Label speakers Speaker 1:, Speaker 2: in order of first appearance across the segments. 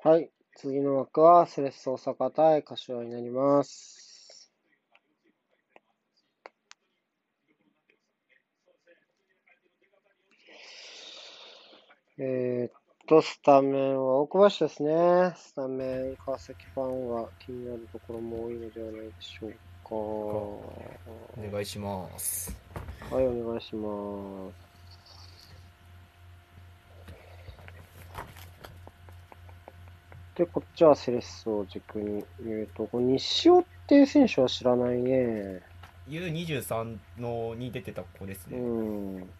Speaker 1: はい。次の枠はセレッソ大阪対柏になります。スタメンは奥橋ですね。スタメン、川崎ファンは気になるところも多いのではないでしょう
Speaker 2: お願いします。
Speaker 1: か。はい、お願いします。で、こっちはセレッソを軸に見ると、この西尾っていう選手は知らないね。
Speaker 2: U23 のに出てた子です
Speaker 1: う
Speaker 2: ね。
Speaker 1: ん。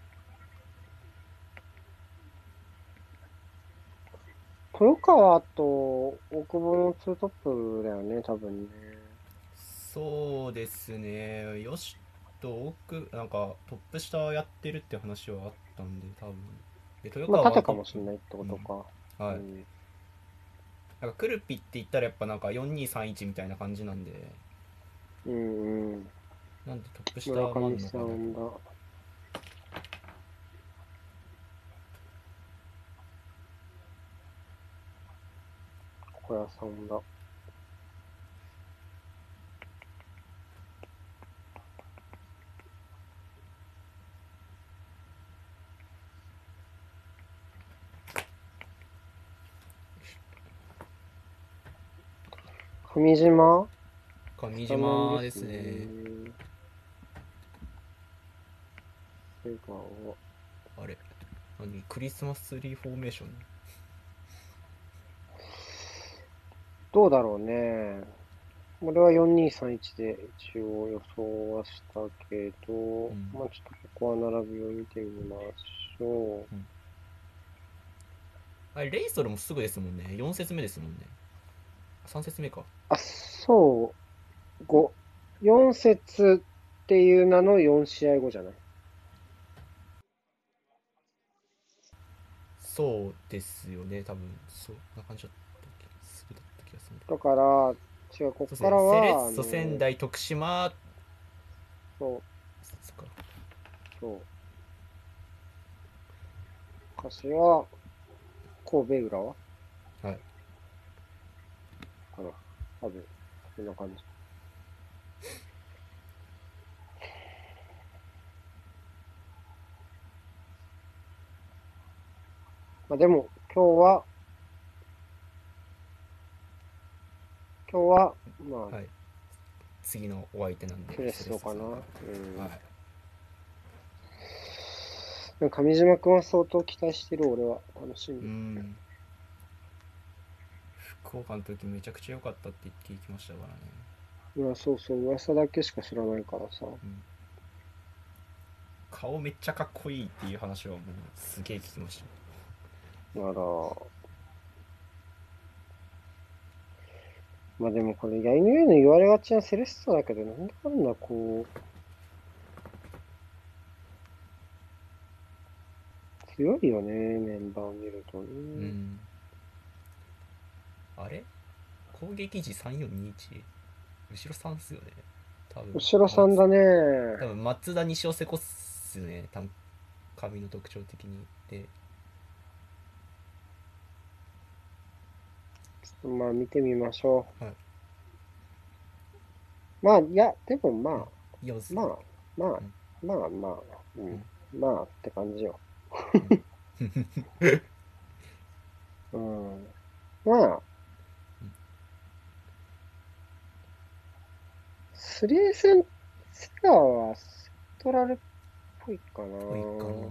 Speaker 1: 豊川と大久保のツートップだよね、多分ね。
Speaker 2: そうですね。よしと奥、なんかトップ下やってるって話はあったんで、多分。で、豊
Speaker 1: まあ、
Speaker 2: 川ワ
Speaker 1: 縦か
Speaker 2: ントップ。
Speaker 1: もしんないってことか。
Speaker 2: はい。
Speaker 1: うん。
Speaker 2: なんかクルピって言ったらやっぱなんか4231みたいな感じなんで、
Speaker 1: うんうん。
Speaker 2: なんでトップ下
Speaker 1: 村
Speaker 2: もあん
Speaker 1: 上さ
Speaker 2: のかなと。
Speaker 1: んだ。小屋さんだ。上島ス
Speaker 2: 上
Speaker 1: タメンで
Speaker 2: 島で
Speaker 1: す
Speaker 2: すね。
Speaker 1: ね。瀬川。
Speaker 2: あれ何クリスマスツリーフォーメーション。
Speaker 1: どうだろうね。俺は4231で一応予想はしたけど、
Speaker 2: うん。
Speaker 1: まあちょっとここは並びを見てみましょう。
Speaker 2: うん。あれ、レイソルもすぐですもんね。4節目ですもんね。3節目か。
Speaker 1: あ、そう、5、4節っていう名の4試合後じゃない？
Speaker 2: そうですよね、多分。そんな感じだった気がする。
Speaker 1: だから、違う、こっから
Speaker 2: そうですね、セレッ
Speaker 1: は、
Speaker 2: ソ、仙台、徳島、
Speaker 1: そう、
Speaker 2: そっか。
Speaker 1: そう、柏、神戸浦和
Speaker 2: はい。
Speaker 1: かな。多分、そんな感じ。まあでも、今日は、まあ、
Speaker 2: はい。次のお相手なんで、
Speaker 1: セレッ
Speaker 2: セレッ
Speaker 1: ソかな。
Speaker 2: ソさんが。
Speaker 1: うん。
Speaker 2: はい。
Speaker 1: でも上島君は相当期待してる、俺は。楽しみ。
Speaker 2: 福岡の時めちゃくちゃ良かったって言ってきましたからね。
Speaker 1: いや、そうそう、噂だけしか知らないからさ。
Speaker 2: うん。顔めっちゃかっこいいっていう話はもうすげえ聞きました。
Speaker 1: なら、まあでもこれ、ヤイヌエの言われがちなセレッソだけど、なんだかんだ強いよね、メンバーを見るとね。
Speaker 2: うん。あれ攻撃時3421、後ろ3っすよね。多分、
Speaker 1: 後ろさんだね。
Speaker 2: 多分松田西尾瀬こっすね。髪の特徴的に。で、
Speaker 1: まあ見てみましょ
Speaker 2: はい。
Speaker 1: う。まあ、いや、でもまあ、
Speaker 2: 4っすね。
Speaker 1: まあ、まあ、
Speaker 2: うん。
Speaker 1: まあ、うん、まあって感じよ。うん。まあ、スリーセン、セガはセントラルっぽいか
Speaker 2: ぽいかな。
Speaker 1: な。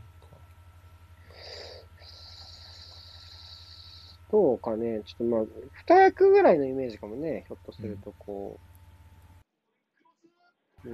Speaker 1: どうかね。ちょっとまあ、二役ぐらいのイメージかもね。ひょっとす
Speaker 2: うん。
Speaker 1: るとうん。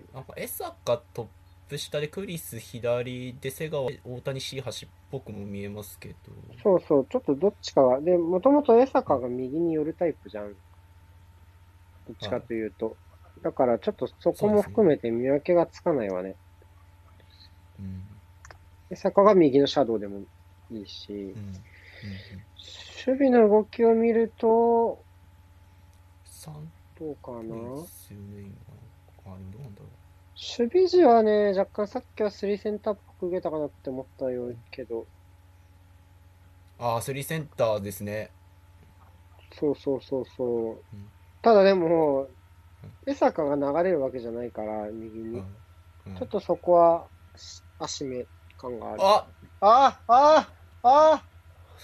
Speaker 2: なんか江坂トップ下でクリス左で瀬川大谷 C 橋っぽくも見えますけど。
Speaker 1: そうそう、ちょっとどっちかが。で、もともと江
Speaker 2: うん。
Speaker 1: 坂が右に寄るタイプじゃん。どっちか
Speaker 2: はい。
Speaker 1: というと。だからちょっとそこ
Speaker 2: そうですね。
Speaker 1: も含めて見分けがつかないわね。
Speaker 2: うん。
Speaker 1: 江坂が右のシャドウでもいいし、
Speaker 2: うん。うん。うん。
Speaker 1: 守備の動きを見ると、
Speaker 2: 3っ
Speaker 1: どうかな。
Speaker 2: ぽいっ
Speaker 1: 守
Speaker 2: すよね、今。あ、でもどうなんだろ
Speaker 1: 備時はね、若干さっきはスリーセンターっぽく受けたかなって思ったよけど、
Speaker 2: ああ、スリーセンターですね。
Speaker 1: そうそうそうそう。
Speaker 2: うん。
Speaker 1: ただでも、江坂が流れるわけじゃないから、右に。
Speaker 2: うん。うん。
Speaker 1: ちょっとそこは、足目感がある。
Speaker 2: あ
Speaker 1: ああああ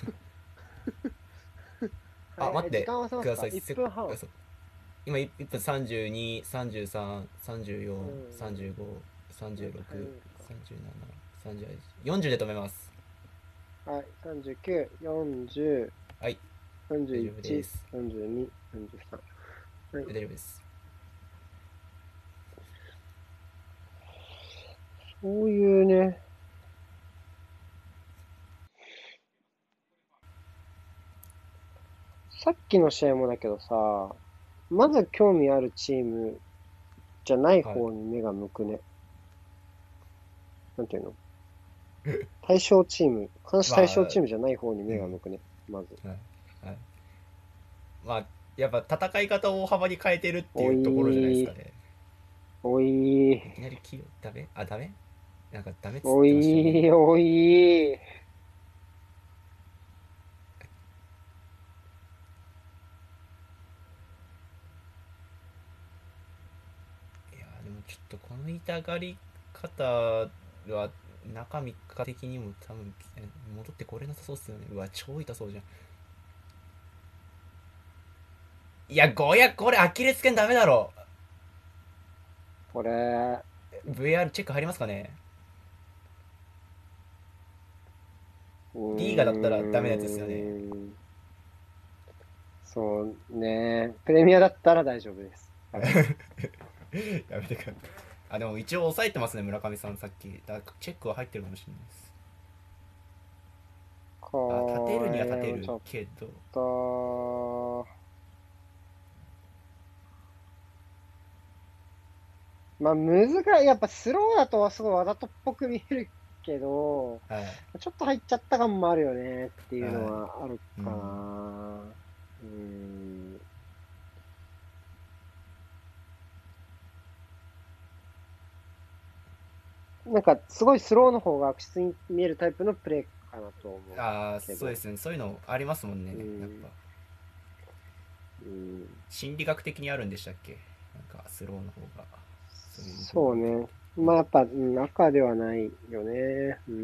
Speaker 2: あ、待って
Speaker 1: 時間合わせますか？
Speaker 2: ください。
Speaker 1: 1 分半。
Speaker 2: そう今1分32、33、34、
Speaker 1: うん。
Speaker 2: 35、36、
Speaker 1: タイムか。
Speaker 2: 37、38、40で止めます。
Speaker 1: はい。39、40、
Speaker 2: はい、大丈夫で
Speaker 1: 41、
Speaker 2: す。
Speaker 1: 42、43。はい。
Speaker 2: 大丈夫です。
Speaker 1: そういうね、さっきの試合もだけどさ、まず興味あるチームじゃない
Speaker 2: はい。
Speaker 1: 方に目が向くね。なんていうの？対象チーム、監視対
Speaker 2: まあ、
Speaker 1: 象チームじゃない方に
Speaker 2: うん。
Speaker 1: 目が向くね。まず。
Speaker 2: はい。はい。まあ、やっぱ戦い方を大幅に変えてるって
Speaker 1: お
Speaker 2: いうところじゃないですか
Speaker 1: い
Speaker 2: ね。
Speaker 1: おい
Speaker 2: いきなりキーダメあ、ダメなんかダメっつっ
Speaker 1: お
Speaker 2: てましたよね。
Speaker 1: いおい
Speaker 2: いやでもちょっとこの痛がり方は中3日的にも多分戻ってこれなさそうっすよね。うわ、超痛そうじゃん。いや、これアキレス腱ダメだろ。
Speaker 1: これ、
Speaker 2: VR チェック入りますかね？
Speaker 1: う
Speaker 2: D がだったらダメなやつ
Speaker 1: ー
Speaker 2: ですよね。
Speaker 1: ん、そうね。プレミアだったら大丈夫です。多分。
Speaker 2: やめてください。あ、でも一応抑えてますね、村上さんさっき。だからチェックは入ってるかもしれないです。あ、立てるには立
Speaker 1: これ、
Speaker 2: てる
Speaker 1: ちょっ
Speaker 2: けど。
Speaker 1: と、まあ、やっぱスローだとすごいわざとっぽく見えるけど、
Speaker 2: はい。
Speaker 1: ちょっと入っちゃった感もあるよねっていうの
Speaker 2: は
Speaker 1: はある
Speaker 2: い。う
Speaker 1: か
Speaker 2: ん。
Speaker 1: な。なんか、すごいスローの方が悪質に見えるタイプのプレーかなと思う
Speaker 2: ああ、
Speaker 1: けど。
Speaker 2: そうですね。そういうのありますもんね。
Speaker 1: うん、
Speaker 2: やっぱ。
Speaker 1: うん、
Speaker 2: 心理学的にあるんでしたっけ？なんか、スローの方が、そういう風に見てる
Speaker 1: そうね。
Speaker 2: と。うん。
Speaker 1: まあやっぱ、赤ではないよね。うん、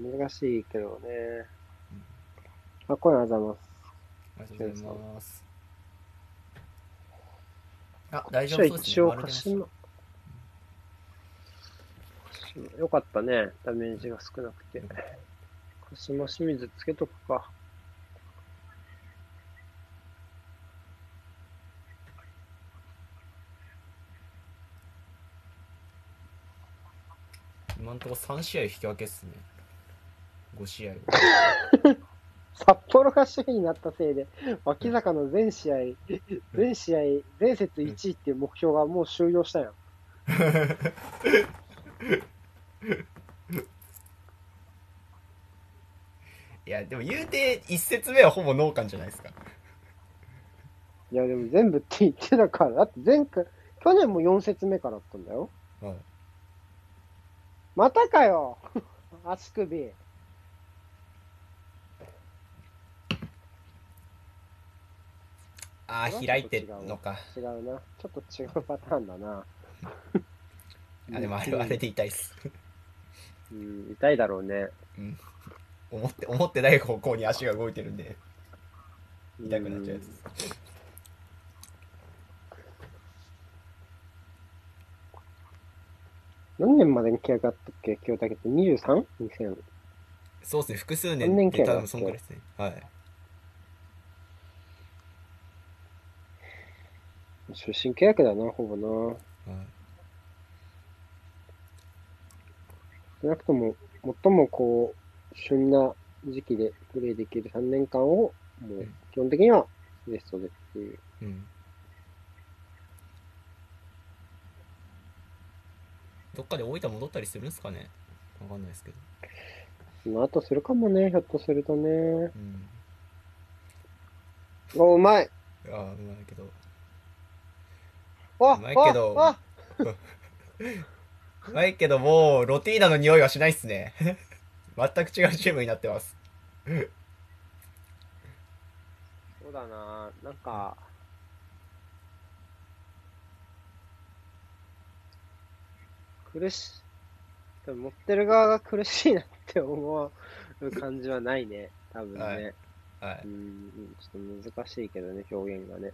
Speaker 1: 難しいけどね。あ、これあざます。
Speaker 2: ありがとうござい
Speaker 1: しゅんさん。こ
Speaker 2: ます。あ、大
Speaker 1: っちは
Speaker 2: 丈夫そうですね。
Speaker 1: 一応、
Speaker 2: 丸出ました。
Speaker 1: よかったね。ダメージが少なくて。
Speaker 2: よかった。
Speaker 1: 鹿島清水つけとくか。
Speaker 2: 今んとこ3試合引き分けっすね。5試合を。
Speaker 1: 札幌が首位になったせいで、脇坂の全試合、全節1位っていう目標がもう終了したやん。
Speaker 2: いや、でも言うて、1節目はほぼ農家じゃないですか。
Speaker 1: いや、でも全部って言ってたから。だって前回、去年も4節目からだったんだよ。
Speaker 2: はい。
Speaker 1: またかよ足首。
Speaker 2: ああ、
Speaker 1: これはちょっ
Speaker 2: 開いて
Speaker 1: と違うわ。
Speaker 2: んのか。
Speaker 1: 違うな。ちょっと違うパターンだな。
Speaker 2: あ、でもあれ
Speaker 1: うん。
Speaker 2: で痛いっす。
Speaker 1: うん、痛いだろうね。
Speaker 2: うん。思ってない方向に足が動いてるんで、
Speaker 1: う
Speaker 2: 痛くなっちゃうやつで
Speaker 1: ん。
Speaker 2: す。
Speaker 1: 何年までに契約あったっけ清武って 23?2000。
Speaker 2: そうですね、複数
Speaker 1: 何年契
Speaker 2: 年って多分
Speaker 1: 約だっけ？
Speaker 2: そんぐらいですね。はい。
Speaker 1: 出身契約だな、ほぼな。
Speaker 2: はい。
Speaker 1: 少なくとも、最も旬な時期でプレーできる3年間を、もう、基本的にはベストでっていう。
Speaker 2: うん。どっかで大分戻ったりするんですかね？わかんないですけど。
Speaker 1: その後するかもね、ひょっとするとね。
Speaker 2: うん。
Speaker 1: お、うまい。
Speaker 2: ああ、うまいけど。う
Speaker 1: あ、
Speaker 2: まいけ
Speaker 1: あ、
Speaker 2: ど、
Speaker 1: あ、
Speaker 2: うまいけどもう、ロティーナの匂いはしないっすね。全く違うチームになってます。
Speaker 1: そうだな。なんか、苦し、持ってる側が苦しいなって思う感じはないね。多分
Speaker 2: はい。
Speaker 1: ね。
Speaker 2: はい。
Speaker 1: ちょっと難しいけどね、表現がね。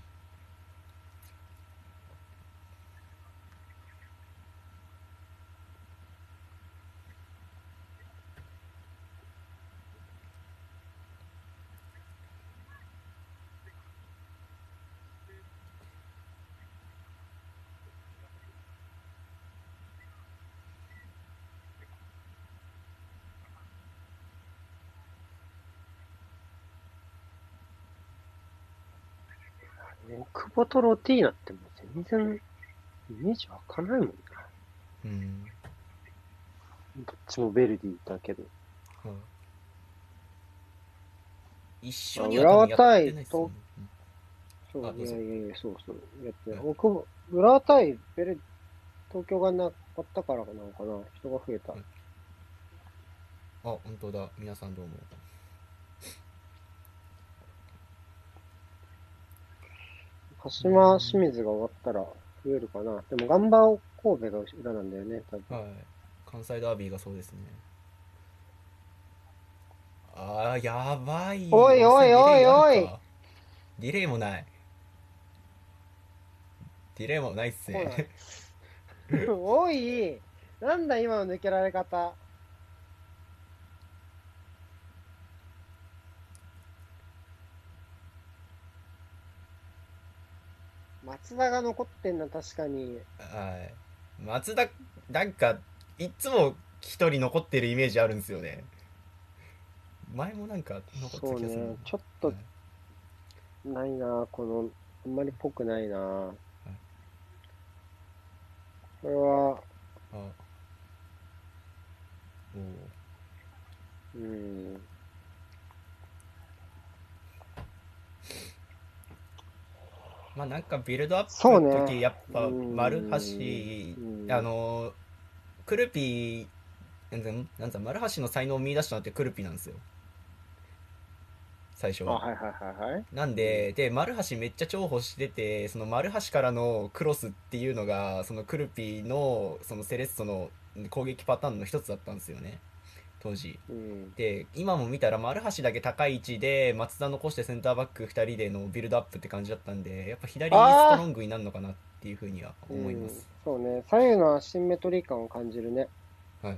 Speaker 1: 久保とロティーナってもう全然イメージわかんないもんな。
Speaker 2: うん。
Speaker 1: どっちもベルディだけど。
Speaker 2: はい、一
Speaker 1: まあ、
Speaker 2: 緒には多分
Speaker 1: 浦和
Speaker 2: やって
Speaker 1: 対東、
Speaker 2: ないですよね。うん、あ、
Speaker 1: そう、
Speaker 2: どうぞ。
Speaker 1: そうそう、やってない。
Speaker 2: はい。
Speaker 1: 浦和対東京がなかったからなのかな。人が増えた。
Speaker 2: はい、あ、本当だ。皆さんどうも。
Speaker 1: 鹿
Speaker 2: うー
Speaker 1: 島、清
Speaker 2: ん。
Speaker 1: 水が終わったら増えるかな。でも、ガンバオ神戸が裏なんだよね、多分。
Speaker 2: はい。関西ダービーがそうですね。あー、やばい。
Speaker 1: おい
Speaker 2: 押
Speaker 1: おいお
Speaker 2: せディレイ
Speaker 1: いおい、
Speaker 2: あるか。ディレイもない。ディレイもないっす
Speaker 1: 来ない。
Speaker 2: ね。
Speaker 1: おい、なんだ今の抜けられ方。松田が残ってんな、確かに。
Speaker 2: はい。松田、なんか、いつも一人残ってるイメージあるんですよね。前もなんか残ってた気がするな。
Speaker 1: そうね、ちょっ
Speaker 2: はい。
Speaker 1: とないな、あんまりっぽくないな。
Speaker 2: はい、
Speaker 1: これは、
Speaker 2: あ、おー、
Speaker 1: うん、
Speaker 2: まあなんかビルドアップの
Speaker 1: そうね、
Speaker 2: 時やっ
Speaker 1: う
Speaker 2: ぱ丸橋、
Speaker 1: ん、う
Speaker 2: あ
Speaker 1: ん。
Speaker 2: のクルピなん丸橋の才能を見出したのってクルピなんですよ、最初
Speaker 1: あ、
Speaker 2: は。
Speaker 1: はいはいはいはい。
Speaker 2: なん
Speaker 1: うん。
Speaker 2: で丸橋めっちゃ重宝してて、その丸橋からのクロスっていうのがそのクルピのそのセレッソの攻撃パターンの一つだったんですよね、当時。
Speaker 1: うん。
Speaker 2: で今も見たら丸橋だけ高い位置で松田残してセンターバック2人でのビルドアップって感じだったんで、やっぱ左ストロ
Speaker 1: ああ、
Speaker 2: ングになるのかなっていうふうには
Speaker 1: うん、
Speaker 2: 思います。
Speaker 1: そうね。左右のアシンメトリー感を感じるね。
Speaker 2: はい。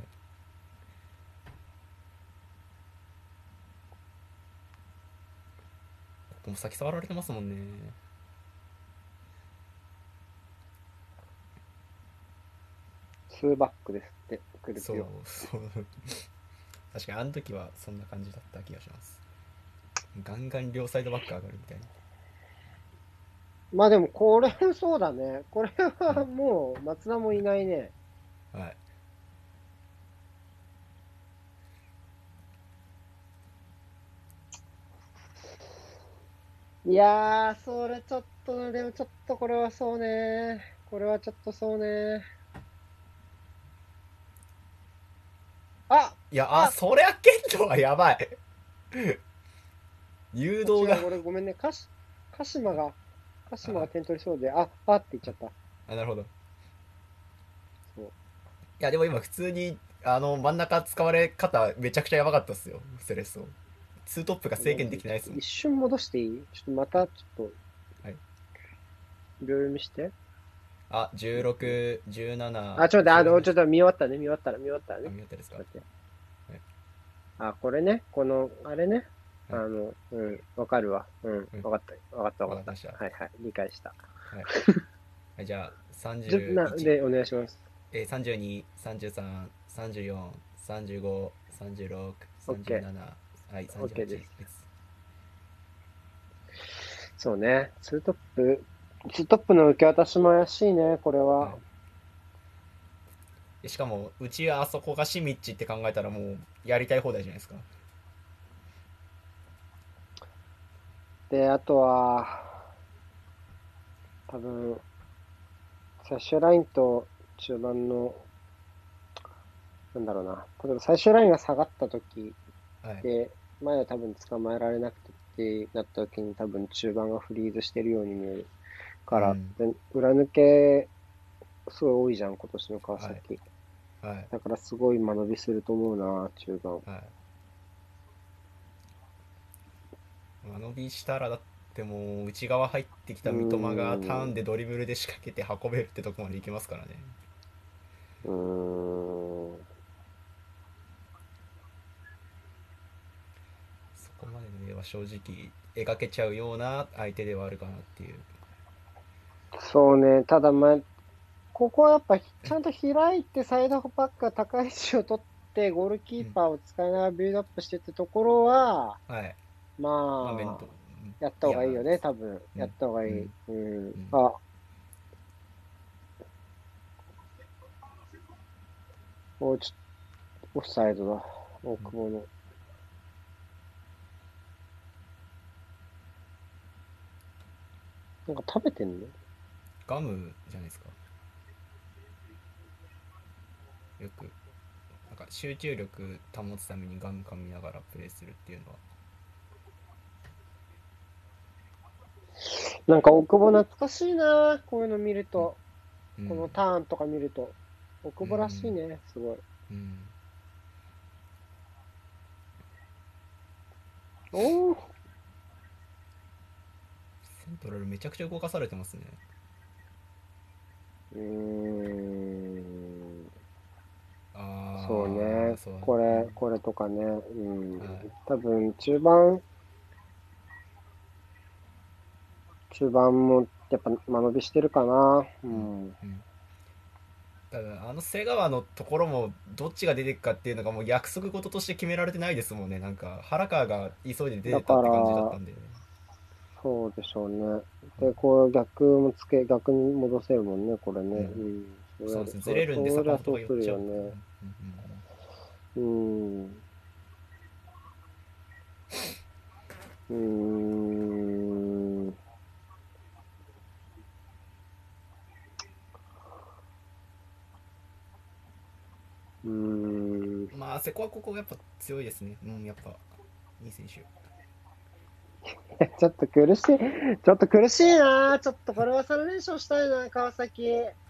Speaker 2: ここも先触られてますもんね。
Speaker 1: 2バックですって、クル
Speaker 2: そう、
Speaker 1: ピオ。
Speaker 2: そう。確かにあの時はそんな感じだった気がします。ガンガン両サイドバック上がるみたい
Speaker 1: まあでも、これもそうだね。これはもう、松田もいないね。
Speaker 2: な。はい。
Speaker 1: いやー、それちょっとな、でもちょっとこれはそうね。これはちょっとそうね。あ
Speaker 2: いや、
Speaker 1: あ
Speaker 2: そりゃケントはやばい。誘導が。
Speaker 1: 違う、俺ごめんね。鹿島が、鹿島が
Speaker 2: あ
Speaker 1: 点取りそうで、あって言っちゃった。
Speaker 2: なるほど。い
Speaker 1: そ
Speaker 2: や、でも今普通に、真ん中使われ方めちゃくちゃやばかったっすよ、セレッソ。ツートップが
Speaker 1: う。
Speaker 2: 制限できてないっすもん。
Speaker 1: 一瞬戻していい？ちょっとまた、ちょっと、
Speaker 2: はい。
Speaker 1: 秒読みして。
Speaker 2: あ、16、17、
Speaker 1: ちょっと待って、ちょっ
Speaker 2: 18。
Speaker 1: と見終わったね、見終わった
Speaker 2: あ、
Speaker 1: ね。
Speaker 2: 見たですか？は
Speaker 1: ちょっと待って。
Speaker 2: い。
Speaker 1: これね、あれね。
Speaker 2: はい。
Speaker 1: わかるわ。
Speaker 2: うん。
Speaker 1: わかった。
Speaker 2: わかりました。
Speaker 1: はいはい、理解した。
Speaker 2: はい。はい、じゃあ、31、
Speaker 1: で、お願いします。
Speaker 2: 32、33、34、35、36、
Speaker 1: OK。
Speaker 2: 37、はい、
Speaker 1: OK
Speaker 2: 38
Speaker 1: です。
Speaker 2: です。
Speaker 1: そうね。ツートップの受け渡しも怪しいね、これ
Speaker 2: はい。
Speaker 1: は。
Speaker 2: でしかも、うちはあそこがシミッチって考えたらもう、やりたい放題じゃないですか。
Speaker 1: で、あとは、多分、最終ラインと中盤の、なんだろうな。例えば最終ラインが下がった時
Speaker 2: はい。
Speaker 1: で、前は多分捕まえられなくて、 ってなった時に多分中盤がフリーズしてるように見えるから、
Speaker 2: うん。
Speaker 1: で裏抜けすごい多いじゃん、今年の川
Speaker 2: はい。
Speaker 1: 崎。
Speaker 2: はい。
Speaker 1: だからすごい間延びすると思うな、中盤。
Speaker 2: はい。間延びしたらだってもう内側入ってき
Speaker 1: うー
Speaker 2: た三笘がターン
Speaker 1: ん、
Speaker 2: でドリブルで仕掛けて運べるってとこまで行きますからね。
Speaker 1: うーん。
Speaker 2: そこまででは正直描けちゃうような相手ではあるかなっていう。
Speaker 1: そうね、ただまあ、ここはやっぱちゃんと開いてサイドバックが高い位置を取ってゴールキ
Speaker 2: うん。
Speaker 1: ーパーを使いながらビルドアップしてってところは、
Speaker 2: はい。まあ面倒。
Speaker 1: まあ、やった
Speaker 2: い
Speaker 1: 方がいいよね、
Speaker 2: やです。
Speaker 1: 多分。
Speaker 2: うん。
Speaker 1: やった方がいい。
Speaker 2: うん。
Speaker 1: うん。
Speaker 2: うん。
Speaker 1: あ、ちょっとオフサイドだ。大久保の。なんか食べてんの？
Speaker 2: ガムじゃないですか。よくなんか集中力保つためにガム噛みながらプレーするっていうのは。
Speaker 1: なんか大久保懐かしいな、こういうの見る
Speaker 2: うん。
Speaker 1: と。
Speaker 2: うん。
Speaker 1: このターンとか見ると。大久保らしい
Speaker 2: うん。
Speaker 1: ね、すごい。
Speaker 2: うん。
Speaker 1: おー、
Speaker 2: セントラルめちゃくちゃ動かされてますね。
Speaker 1: うーん。そうね。
Speaker 2: ああ、そう。うん。
Speaker 1: これとかね。うん。
Speaker 2: はい。
Speaker 1: 多分、中盤もやっぱ間延びしてるかな。う
Speaker 2: うん。
Speaker 1: ん。
Speaker 2: うん。ただ瀬川のところもどっちが出てくかっていうのがもう約束事として決められてないですもんね。なんか原川が急いで出
Speaker 1: だか
Speaker 2: てたって感じだった
Speaker 1: ら、
Speaker 2: んで。
Speaker 1: そうでしょうね。
Speaker 2: うん。
Speaker 1: で、逆に戻せるもんね、これね。
Speaker 2: うん。
Speaker 1: うん。
Speaker 2: そうなんですよ。ずれるんで
Speaker 1: そりゃ
Speaker 2: 坂本が
Speaker 1: そうする
Speaker 2: 寄っちゃう。うん。
Speaker 1: よね。
Speaker 2: うん。
Speaker 1: うん。うーん。うーん。
Speaker 2: まあ瀬古はここやっぱ強いですね。うん。やっぱいい選手。
Speaker 1: ちょっと苦しい。ちょっと苦しいな。ちょっとこれは3連勝したいな、川崎。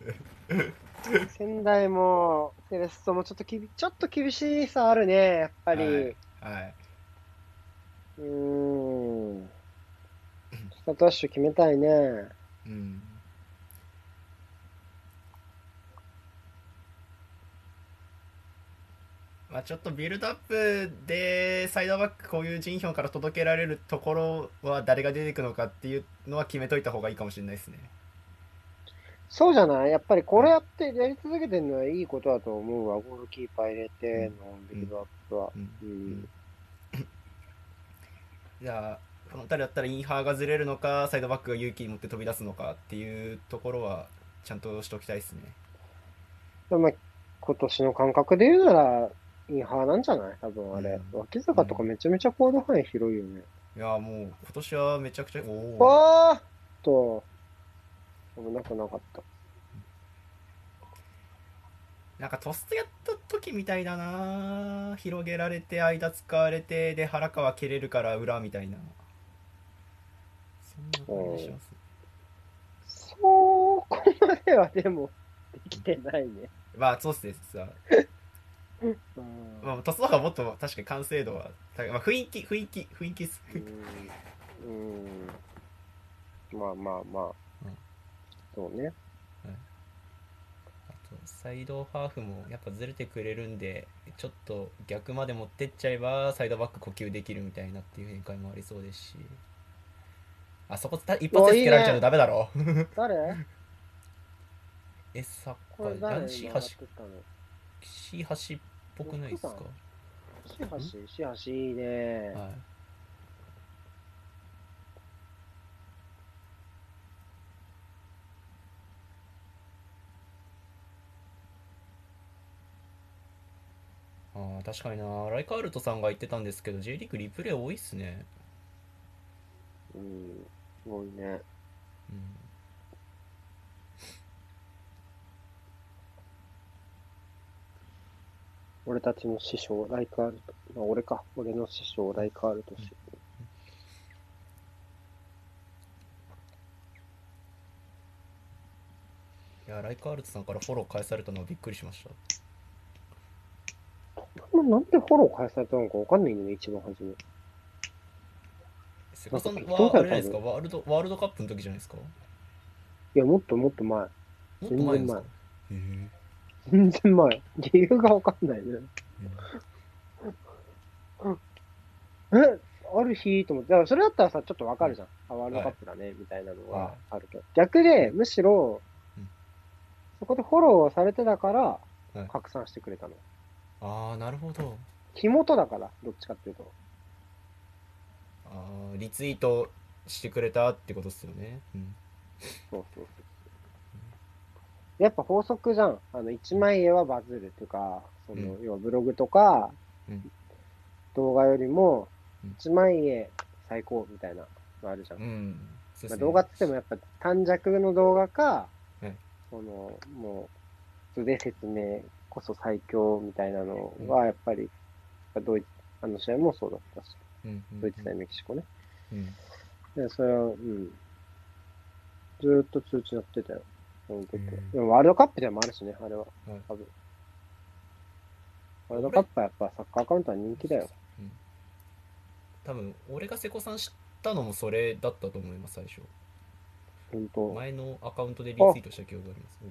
Speaker 1: 仙台も、セレッソもちょっと厳しさあるね、やっぱり。
Speaker 2: はい。はい。
Speaker 1: うーん。スタートダッシュ決めたいね。
Speaker 2: うん。まあ、ちょっとビルドアップでサイドバックこういう陣票から届けられるところは誰が出てくのかっていうのは決めといた方がいいかもしれないですね。
Speaker 1: そうじゃない？やっぱりこ
Speaker 2: はい。
Speaker 1: れやり続けてるのはいいことだと思うわ。ゴールキーパー入れ
Speaker 2: うん。
Speaker 1: てのビ
Speaker 2: うん。
Speaker 1: ルドアップは。
Speaker 2: うん。
Speaker 1: うん。
Speaker 2: うん。じゃあフロンターレだったらインハーがずれるのかサイドバックが勇気に持って飛び出すのかっていうところはちゃんとしておきたいですね。
Speaker 1: でもまあ、今年の感覚で言うなら、インハーなんじゃない？多分あれ。
Speaker 2: うん。
Speaker 1: 脇
Speaker 2: うん。
Speaker 1: 坂とかめちゃめちゃコード範囲広いよね。
Speaker 2: いやもう今年はめちゃくちゃおお。
Speaker 1: わーっと、危なくなかった。
Speaker 2: なんかトスやった時みたいだな。広げられて間使われてで原川蹴れるから裏みたいな、そんな
Speaker 1: う
Speaker 2: 感じし
Speaker 1: ん。
Speaker 2: ますね。
Speaker 1: そこまではでも、できてないね。
Speaker 2: まあそうっすねさ。
Speaker 1: うん。
Speaker 2: まあ、トスの方がもっと確かに完成度は高い、まあ、雰囲気っす。
Speaker 1: うん。うん。まあまあまあ、
Speaker 2: うん。はい。
Speaker 1: そうね。
Speaker 2: あとサイドハーフもやっぱずれてくれるんでちょっと逆まで持ってっちゃえばサイドバック呼吸できるみたいなっていう展開もありそうですし、あそこ一発
Speaker 1: お、
Speaker 2: でつけられちゃうと
Speaker 1: いいね。
Speaker 2: ダメだろ。
Speaker 1: 誰？
Speaker 2: サッ
Speaker 1: これ
Speaker 2: カー
Speaker 1: 誰今上がってったの？
Speaker 2: シハシっぽくないで
Speaker 1: 6番。
Speaker 2: すか？
Speaker 1: シハシいいね。
Speaker 2: はい。あー確かにな、ライカールトさんが言ってたんですけど J リーグリプレイ多いっすね。
Speaker 1: うん、すごいね。
Speaker 2: うん。
Speaker 1: 俺たちの師匠、ライカールト。まあ、俺の師匠、ライカールト氏。
Speaker 2: いや、ライカールトさんからフォロー返されたのはびっくりしました。
Speaker 1: なんでフォロー返されたのかわかんないんだよね、一番初め。
Speaker 2: 瀬古さん
Speaker 1: なんか適当
Speaker 2: は
Speaker 1: だよ、多分。
Speaker 2: あれじゃないですか、ワールドカップの時じゃないですか。
Speaker 1: いや、もっともっと前。
Speaker 2: もっと
Speaker 1: 全然前。
Speaker 2: 前なんですか。へえ。
Speaker 1: 全然前。理由がわかんないね。え、ある日と思って。だからそれだったらさ、ちょっとわかるじゃん。あ、ワールド
Speaker 2: はい
Speaker 1: カップだね、みたいなの
Speaker 2: は
Speaker 1: はあるけど。逆で、
Speaker 2: い。
Speaker 1: むしろ、
Speaker 2: うん。
Speaker 1: そこでフォローされてたから、
Speaker 2: はい。
Speaker 1: 拡散してくれたの。
Speaker 2: ああ、なるほど。
Speaker 1: 火元だから、どっちかっていうと。
Speaker 2: ああ、リツイートしてくれたってことっすよね。うん。
Speaker 1: そうそうそう。やっぱ法則じゃん。一枚絵はバズるっていうか、
Speaker 2: うん。
Speaker 1: 要はブログとか
Speaker 2: うん。
Speaker 1: 動画よりも、
Speaker 2: うん。
Speaker 1: 一枚絵最高みたいなのあるじゃん。
Speaker 2: うん。そうで
Speaker 1: まあ、
Speaker 2: すね。
Speaker 1: 動画っつってもやっぱ短尺の動画か、
Speaker 2: はい。
Speaker 1: もう、図で説明こそ最強みたいなの
Speaker 2: うん。
Speaker 1: は、やっぱり、ドイツ、あの試合もそうだったし、
Speaker 2: うん。うん。
Speaker 1: ドイツ対メキシコね。
Speaker 2: うん。
Speaker 1: で、それは、ずーっと通知やってたよ。その時は。
Speaker 2: へえ。
Speaker 1: でもワールドカップでもあるしね、あれは。
Speaker 2: はい。
Speaker 1: 多分。ワールドカッ
Speaker 2: 俺、
Speaker 1: プはやっぱサッカーアカウントは人気だよ。
Speaker 2: うん、多分俺が瀬古さん知ったのもそれだったと思います。最初
Speaker 1: 本当。
Speaker 2: 前のアカウントでリツ
Speaker 1: あ、
Speaker 2: イートした記憶があります。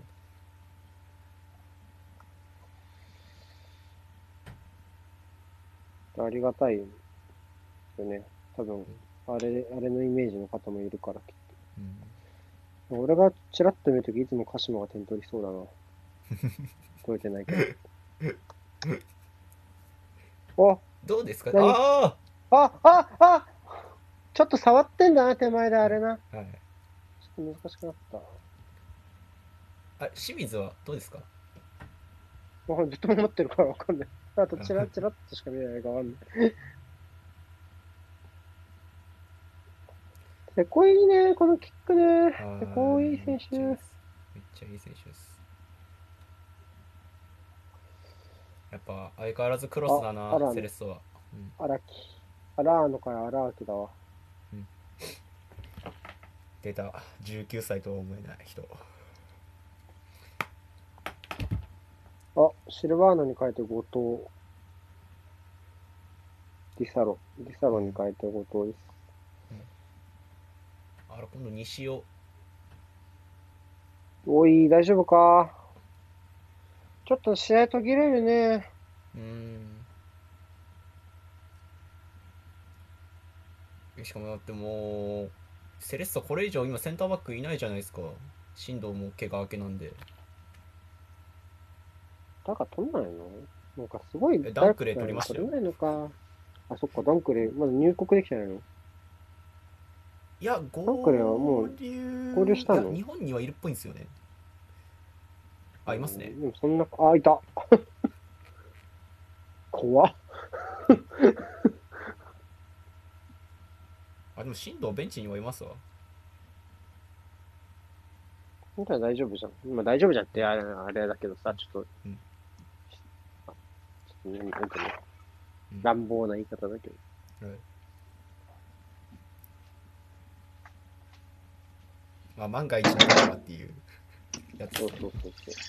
Speaker 1: ありがたいよね。多分、あれのイメージの方もいるから、きっ
Speaker 2: うん。
Speaker 1: と。俺がチラッと見るとき、いつも鹿島が点取りそうだな。取れてないけど。お、
Speaker 2: どうですか。
Speaker 1: 何あちょっと触ってんだな、手前であれな。
Speaker 2: ああ、はい。
Speaker 1: ちょっと難しくなった。
Speaker 2: あ、清水はどうですか。
Speaker 1: もうずっと持ってるからわかんない。あと、チラ
Speaker 2: あ、
Speaker 1: チラっとしか見えないからわかんない。せこいね、このキックね。せこい
Speaker 2: めっ
Speaker 1: 選手。
Speaker 2: ちゃいいです。めっちゃいい選手です。やっぱ相変わらずクロスだな、
Speaker 1: アラーの、
Speaker 2: セレッソは。うん。
Speaker 1: アラキ。アラーノからアラーキだわ。
Speaker 2: うん、出た。19歳とは思えない人。
Speaker 1: あ、シルバーナに変えて後藤。ディサロに
Speaker 2: うん。
Speaker 1: 変えて後藤です。
Speaker 2: うん。あら、今度西尾。
Speaker 1: おい、大丈夫か。ちょっと試合途切れるね。
Speaker 2: うーん。しかもだってもうセレッソこれ以上今センターバックいないじゃないですか。進藤も怪我明けなんで。
Speaker 1: だから取んないの。なんかすごい
Speaker 2: ダンクレー
Speaker 1: 誰かが
Speaker 2: 取りましたよ。
Speaker 1: 取れないのか。あ、そっか、ダンクレー、まだ入国できてないの。
Speaker 2: いや、
Speaker 1: ダンクレーはもう合流したの。
Speaker 2: 日本にはいるっぽいんですよね。あ、いますね。
Speaker 1: でもそんな、あ、いた。怖っ。
Speaker 2: あ、でも進藤ベンチにはいますわ。
Speaker 1: 本当は大丈夫じゃん。まあ大丈夫じゃんってあれだけどさ、ちょっと、
Speaker 2: うん。
Speaker 1: なんていうの、
Speaker 2: うん。
Speaker 1: 乱暴な言い方だけど。
Speaker 2: はい。まあ万が一の時はっていうやつですね。
Speaker 1: そうそうそうそう。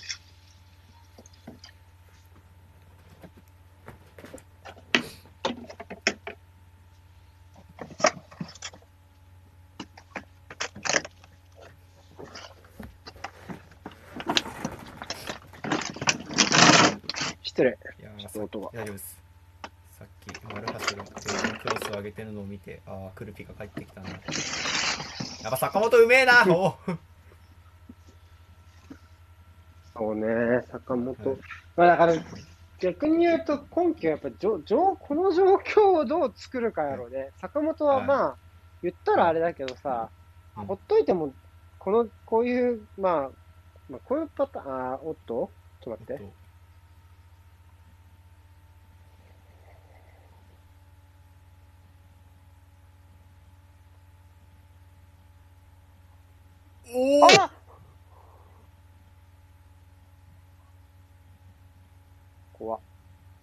Speaker 1: 失礼。
Speaker 2: いや
Speaker 1: ちょっと音が。
Speaker 2: 大丈夫です。さっき丸橋がクロスを上げてるのを見て、ああクルピが帰ってきたな。やっぱ坂本うめえな。おお。は
Speaker 1: そうね、坂本。
Speaker 2: い。
Speaker 1: まあだから、逆に言うと、今季はやっぱこの状況をどう作るかやろうね。坂本は
Speaker 2: はい。
Speaker 1: まあ、言ったらあれだけどさ、
Speaker 2: うん。
Speaker 1: ほっといても、こういう、こういうパターン、おっとちょっと待って。
Speaker 2: おっと。おお。
Speaker 1: あ怖っ。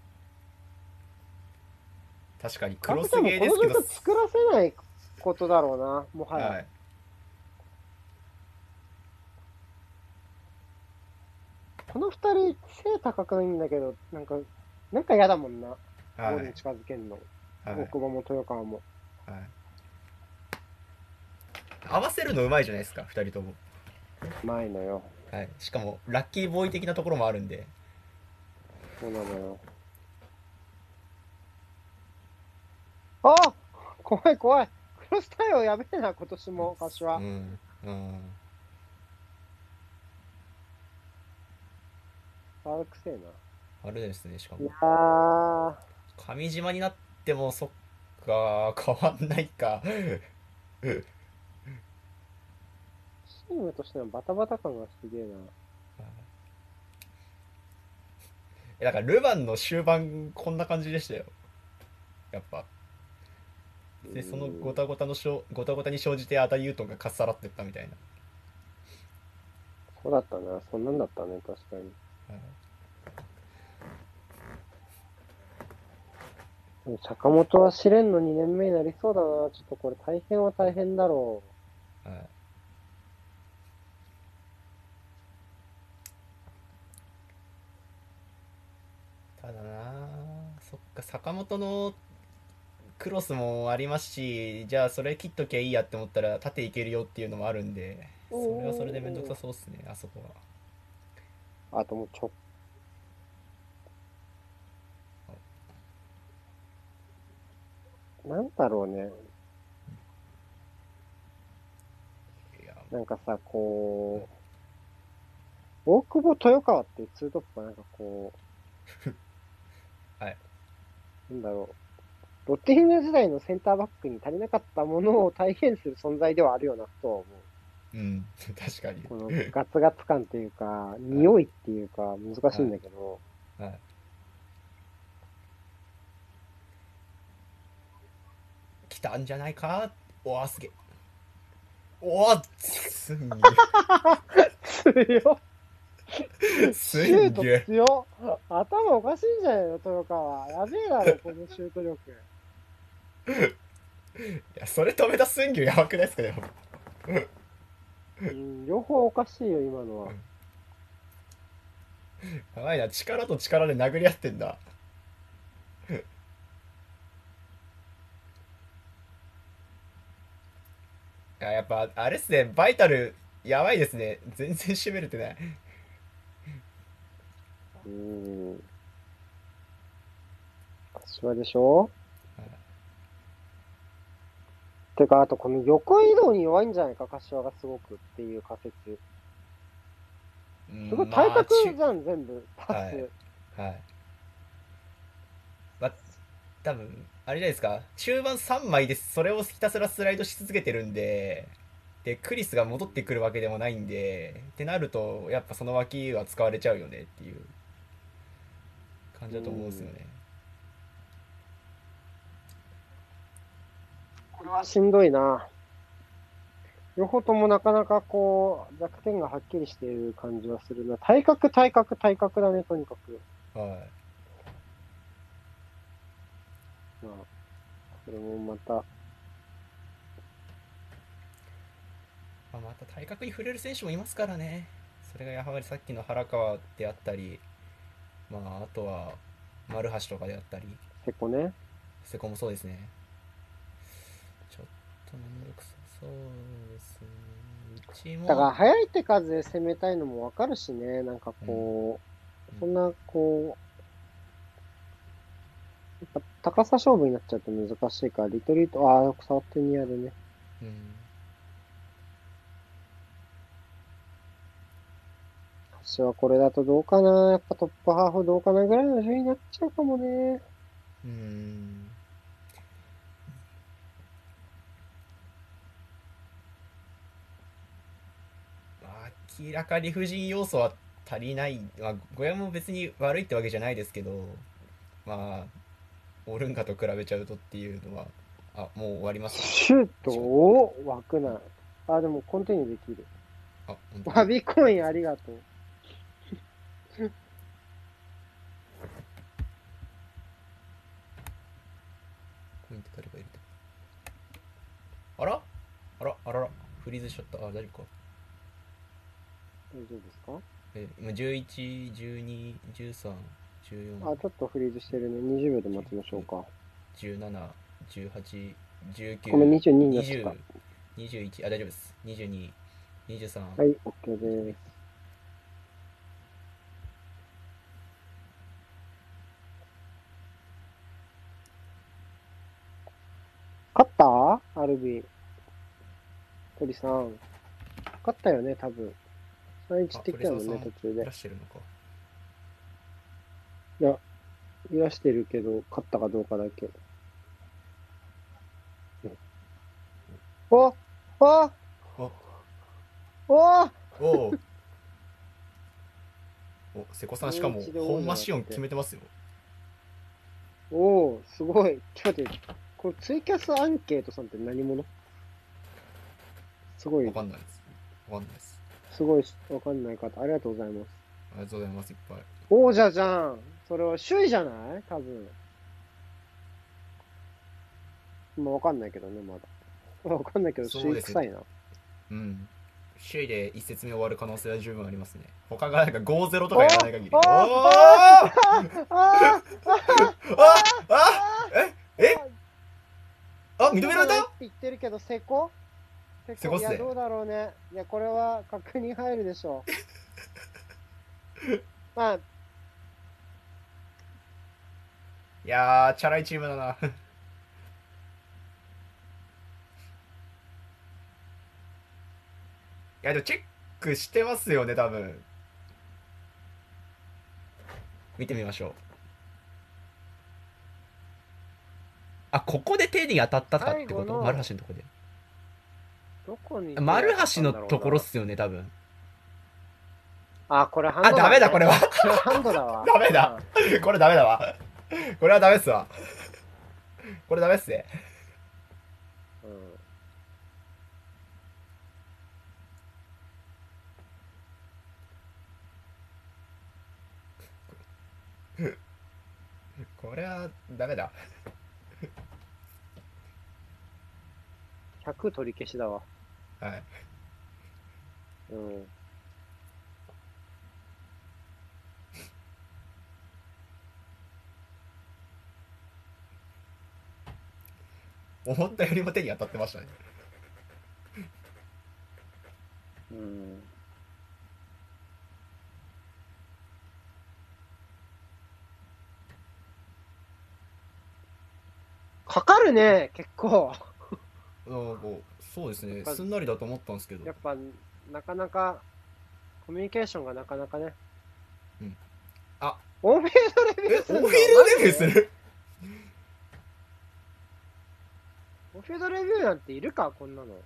Speaker 2: 確かにクロス
Speaker 1: 多分この
Speaker 2: ゲーですけど。
Speaker 1: 状況作らせないことだろうな、もはや。
Speaker 2: はい。
Speaker 1: この二人、背高くないんだけど、なんか嫌だもんな。ゴ
Speaker 2: はい
Speaker 1: ールに近づけんの。
Speaker 2: はい
Speaker 1: 大久保も豊川も。
Speaker 2: はい。合わせるのうまいじゃないですか、2人とも。
Speaker 1: 前のよ。
Speaker 2: はい、しかもラッキーボーイ的なところもあるんで。
Speaker 1: そうなのよ。あ怖い怖い。クロス対応やべえな、今年も、柏。
Speaker 2: うんうん
Speaker 1: ファウルくせえな。
Speaker 2: あれですね。しかも
Speaker 1: いやー、
Speaker 2: 上島になってもそっか変わんないか。
Speaker 1: チームとしてのバタバタ感がすげえな。
Speaker 2: だからルヴァンの終盤こんな感じでしたよ、やっぱ。
Speaker 1: う
Speaker 2: でその
Speaker 1: ーん、
Speaker 2: ゴタゴタのゴタゴタに生じてアダユートンがかっさらってったみたいな。
Speaker 1: そうだったな。そんなんだったね、確かに。でも坂本は試練の2年目になりそうだな。ちょっとこれ大変は大変だろ
Speaker 2: はい、ただな、そっか、坂本のクロスもありますし、じゃあそれ切っときゃいいやって思ったら縦いけるよっていうのもあるんで、
Speaker 1: う。
Speaker 2: それはそれでめんどくさ
Speaker 1: おー。
Speaker 2: そうっすね、あそこは。
Speaker 1: あともうなんだろうね。
Speaker 2: いや、
Speaker 1: なんかさ、大久保豊川っていうツートップが
Speaker 2: はい。
Speaker 1: なんだろロッテフィーナ時代のセンターバックに足りなかったものを体現する存在ではあるよなとは思う。
Speaker 2: うん。確かに。
Speaker 1: このガツガツ感っていうか、
Speaker 2: はい。
Speaker 1: 匂いっていうか、難しい
Speaker 2: は
Speaker 1: んだけど、
Speaker 2: い。はい。来たんじゃないか。おわ、すげえ。おわ、すんげ
Speaker 1: 強っ
Speaker 2: え。す
Speaker 1: シュート
Speaker 2: んげえ。
Speaker 1: 強っ頭おかしいんじゃないの豊川。やべえだろ、このシュート力。
Speaker 2: いや、それ止めたすんげえやばくないですか、でも。
Speaker 1: うん、両方おかしいよ、今のは。
Speaker 2: やばいな、力と力で殴り合ってんだ。いや、やっぱ、あれっすね、バイタル、やばいですね。全然締めれてない。
Speaker 1: うん。柏でしょてか、あとこの横移動に弱いんじゃないか、柏がすごくっていう仮説。すごい
Speaker 2: うん、
Speaker 1: 対
Speaker 2: まあ、
Speaker 1: 角じゃん、全部。パ
Speaker 2: はい。
Speaker 1: ス。
Speaker 2: はい。まあ、多分、あれじゃないですか。中盤3枚でそれをひたすらスライドし続けてるんで、で、クリスが戻ってくるわけでもないんで、ってなると、やっぱその脇は使われちゃうよねっていう感じ
Speaker 1: う
Speaker 2: だと思うんですよ
Speaker 1: ん。
Speaker 2: ね。
Speaker 1: これはしんどいな。両方ともなかなか弱点がはっきりしている感じはするな。体格だね、とにかく。
Speaker 2: は
Speaker 1: まあ、これもまた、
Speaker 2: い。まあ、また体格に触れる選手もいますからね。それがやはりさっきの原川であったり、まあ、あとは、丸橋とかであったり、
Speaker 1: 瀬古ね。
Speaker 2: 瀬古もそうですね。ちょっとめんどくさそうですね。うちも、
Speaker 1: だから、速い手数で攻めたいのもわかるしね。
Speaker 2: うん、
Speaker 1: そんな、やっぱ高さ勝負になっちゃうと難しいから、リトリート、ああ、よく触ってにやるね。
Speaker 2: うん。
Speaker 1: 私はこれだとどうかな。やっぱトップハーフどうかなぐらいの順位になっちゃうかもね。
Speaker 2: うん。まあ、明らか理不尽要素は足りない。まあ、ゴヤも別に悪いってわけじゃないですけど、まあ、オルンガと比べちゃうとっていうのは、あ、もう終わります
Speaker 1: シュート
Speaker 2: 一応。
Speaker 1: を枠内。あ、でもコンティニューできる。
Speaker 2: あ、本当だ。
Speaker 1: ワビコインありがとう。
Speaker 2: コインって誰がいると。あらあらあらら。フリーズしちゃった。あ、大丈夫か。
Speaker 1: 大丈夫ですか？
Speaker 2: 今11、12、13、14、
Speaker 1: あ、ちょっとフリーズしてるね。20秒で待ちましょうか。
Speaker 2: 17、18、
Speaker 1: ごめん、
Speaker 2: 19、
Speaker 1: 22になっちゃっ
Speaker 2: 20、
Speaker 1: た。
Speaker 2: 21、あ、大丈夫です。22、23、
Speaker 1: はい、OK です。勝ったアルビン。鳥さん。勝ったよね、多分。3-1
Speaker 2: あ、
Speaker 1: ってきたもんね、
Speaker 2: 鳥沢さん
Speaker 1: 途中で。
Speaker 2: いらしてるのか。
Speaker 1: いや、いらしてるけど、勝ったかどうかだけ。おお
Speaker 2: お、
Speaker 1: お
Speaker 2: おうお、瀬古さんしかも
Speaker 1: もう一度王じゃ
Speaker 2: 本間シオン
Speaker 1: なくて。
Speaker 2: 決めてますよ。
Speaker 1: おお、すごい。ちょっと待って、これツイキャスアンケートさんって何者？すご
Speaker 2: わ
Speaker 1: い、
Speaker 2: かんないです。わかんないです。
Speaker 1: すごいわかんない方、ありがとうございます。
Speaker 2: ありがとうございます、いっぱい。
Speaker 1: 王者じゃん。それは首位じゃない多分。まあ、わかんないけどね、まだ。わかんないけど、首
Speaker 2: そうですね。
Speaker 1: 位臭いな。
Speaker 2: うん。首位で一節目終わる可能性は十分ありますね。他がなんか5-0と
Speaker 1: おお
Speaker 2: かやらない限り。
Speaker 1: おお
Speaker 2: おー
Speaker 1: あああ
Speaker 2: えあ、認
Speaker 1: 王者
Speaker 2: められた。
Speaker 1: じゃないって言ってるけど、いや、
Speaker 2: 瀬古っすね。
Speaker 1: どうだろうね。いや、これは確認入るでしょう。まあ、
Speaker 2: いやー、チャラいチームだな。いや、でもチェックしてますよね、多分。見てみましょう。あ、ここで手に当たったかってこと丸
Speaker 1: 最後の、
Speaker 2: 橋のとこで。
Speaker 1: どこに手
Speaker 2: 丸
Speaker 1: が当たった
Speaker 2: 橋のと
Speaker 1: んだろうな。
Speaker 2: ころっすよね、多分。
Speaker 1: あ、これハン
Speaker 2: あ、ダメだ、こ
Speaker 1: ドだね。
Speaker 2: れは。
Speaker 1: これハンドだわ。
Speaker 2: ダメだ。これダメだわ。これはダメっすわ。これダメっすね。
Speaker 1: うん。うん。
Speaker 2: これはダメだ。
Speaker 1: 100取り消しだわ。
Speaker 2: はい。
Speaker 1: うん。
Speaker 2: 思ったよりも手に当たってましたね。
Speaker 1: うん。かかるね、結構。
Speaker 2: そうですね。
Speaker 1: やっぱ、
Speaker 2: すんなりだと思ったんですけど。
Speaker 1: やっぱ、なかなか、コミュニケーションがなかなかね。
Speaker 2: うん。あ、
Speaker 1: オンフィールドレビューす
Speaker 2: オフィールド
Speaker 1: んのマジで？
Speaker 2: デビューする。
Speaker 1: オンフィールドレビューなんているかこんなの。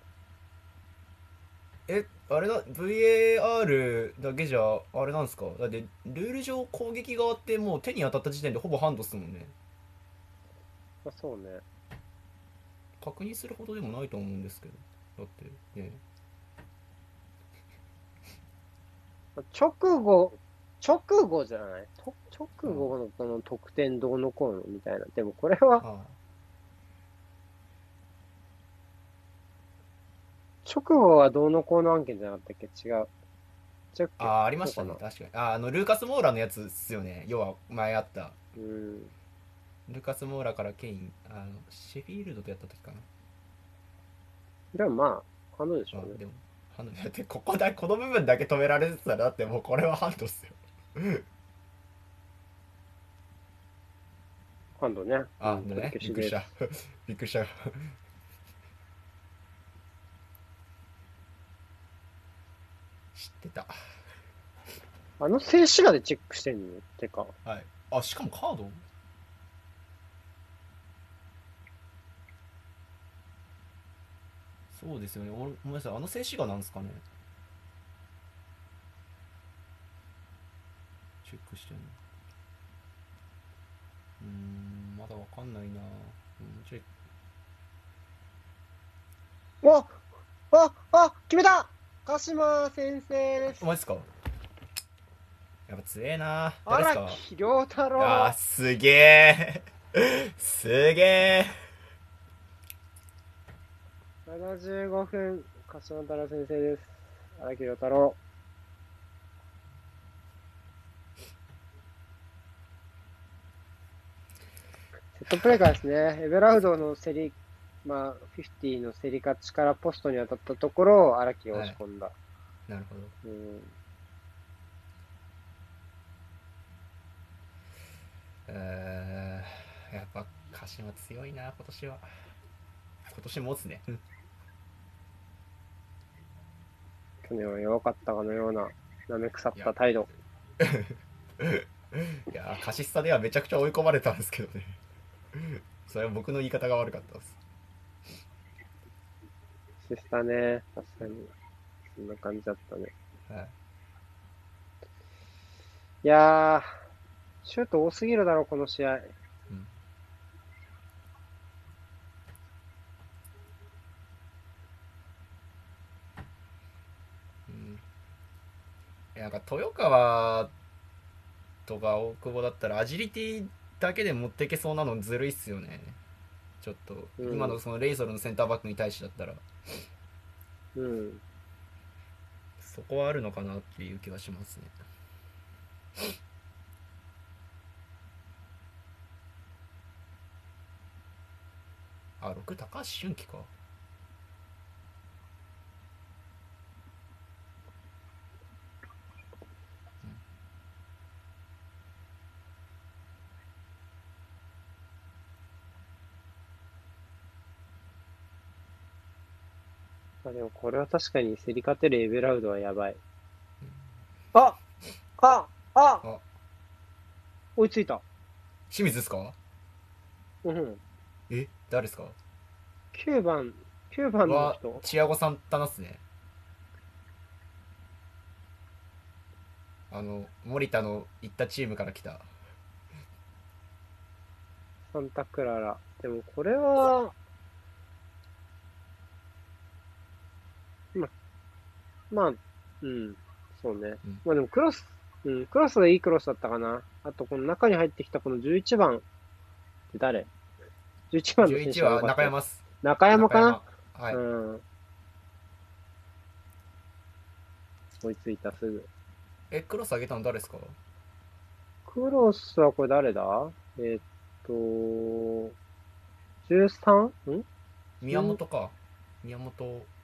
Speaker 2: あれだ、VAR だけじゃ、あれなんですか。だって、ルール上攻撃側ってもう手に当たった時点でほぼハンドっすもんね。
Speaker 1: まあ、そうね。
Speaker 2: 確認するほどでもないと思うんですけど。だってね。
Speaker 1: 直後、直後じゃない直
Speaker 2: あ
Speaker 1: 後のその得点どうのこうのみたいな。でもこれは、
Speaker 2: あ、
Speaker 1: 直後はどうのこうの案件じゃなかったっけ？違う。違うっけ？
Speaker 2: ありましたね。
Speaker 1: そうかな。
Speaker 2: 確かに。ルーカス・モーラのやつっすよね。要は、前あった。
Speaker 1: うん。
Speaker 2: ルーカス・モーラからケイン、シェフィールドとやった時かな。
Speaker 1: でもまあ、ハンドでしょうね。
Speaker 2: でも、だってこの部分だけ止められてたら、だってもうこれはハンドっすよ。
Speaker 1: ハンドね。うん、取り
Speaker 2: ね、
Speaker 1: 消しです。
Speaker 2: びっくりした。びっくりした。知ってた。
Speaker 1: あの静止画でチェックしてんのてか。
Speaker 2: はい。しかもカード。そうですよね。ごめんなさい。静止画なんですかね。チェックしてんの。まだわかんないな。ちょい。
Speaker 1: 決めた鹿島先生です。
Speaker 2: マジっすか。やっぱ強えな。誰っす
Speaker 1: 荒
Speaker 2: か。
Speaker 1: 木遼太郎。
Speaker 2: すげえ。すげえ。
Speaker 1: 75分、鹿島太郎先生です。荒木遼太郎。 セットプレーからですね、エベラウドのまあ、50の競り勝ちからポストに当たったところを荒木が押し込んだ。
Speaker 2: なるほど。やっぱ鹿島強いな今年は。今年持つね。
Speaker 1: 去年は弱かったかのような舐め腐った態度。
Speaker 2: いやカシスタではめちゃくちゃ追い込まれたんですけどね。それは僕の言い方が悪かったです。
Speaker 1: でしたね。確かに。そんな感じだったね。
Speaker 2: はい。
Speaker 1: いやー、シュート多すぎるだろ、この試合。
Speaker 2: なんか豊川とか大久保だったらアジリティだけで持っていけそうなのずるいっすよね。ちょっと、今のそのレイソルのセンターバックに対してだったら、そこはあるのかなっていう気はしますね。あ、6高橋俊樹か。
Speaker 1: でもこれは確かに競り勝てるエベラウドはやばい。あ追いついた。
Speaker 2: 清水ですか？誰ですか
Speaker 1: ？9番の人。
Speaker 2: チアゴ・サンタナっすね。森田の行ったチームから来た。
Speaker 1: サンタクララ。でもこれは、まあ、そうね。まあでもクロスはいいクロスだったかな。あとこの中に入ってきたこの11番って誰？ 11 番の選手
Speaker 2: 11は中山っす。
Speaker 1: 中山かな？
Speaker 2: はい。
Speaker 1: 追いついた、すぐ。
Speaker 2: クロス上げたの誰ですか？
Speaker 1: クロスはこれ誰だ？13？
Speaker 2: 宮本か。宮本。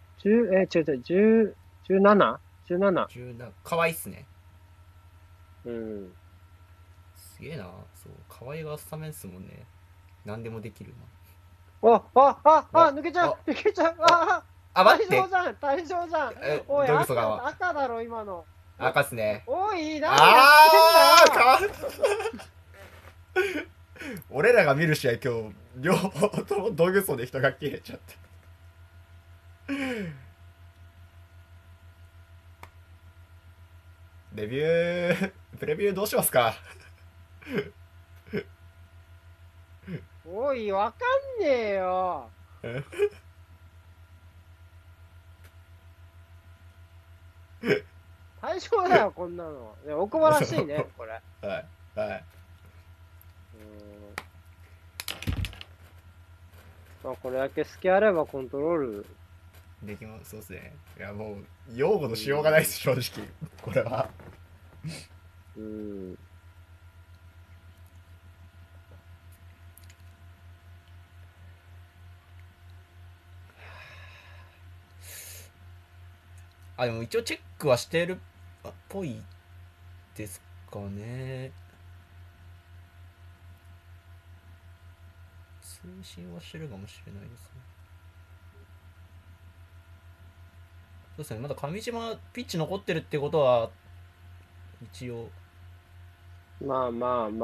Speaker 1: 17？
Speaker 2: かわいいっすね。
Speaker 1: す
Speaker 2: げえな。そう、河合がスタメンっすもんね。何でもできる
Speaker 1: な。抜けちゃう。
Speaker 2: 待って。
Speaker 1: 退場じゃん。おい、赤だろ、今の。
Speaker 2: 赤っすね。
Speaker 1: おい、何やってんだよ。
Speaker 2: 俺らが見る試合今日、両方とも道具層で人が切れちゃって。プレビューどうしますか？
Speaker 1: おい、わかんねえよ。対象だよ、こんなの。大久保らしいね、これ。
Speaker 2: はい。
Speaker 1: まあ、これだけ隙あればコントロール
Speaker 2: できます。そうですね。いや、もう、擁護のしようがないです、正直。これは。でも一応チェックはしてるっぽいですかね。通信はしてるかもしれないですね。そうですね。まだ上島ピッチ残ってるってことは、一応。
Speaker 1: まあ。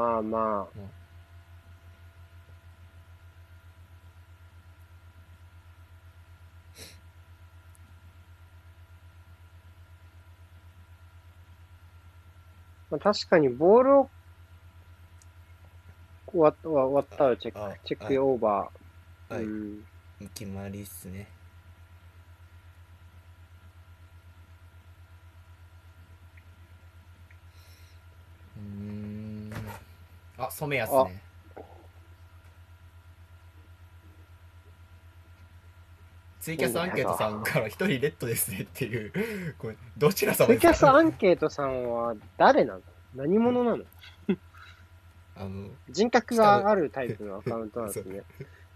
Speaker 1: 確かにボールを終わったらチェックオーバ
Speaker 2: ー。はい。決まりっすね。染谷っすね。ツイキャスアンケートさんから一人レッドですねっていう、これどちら様ですか？
Speaker 1: ツイキャスアンケートさんは誰なの？何者なの？ 人格があるタイプのアカウントなんですね。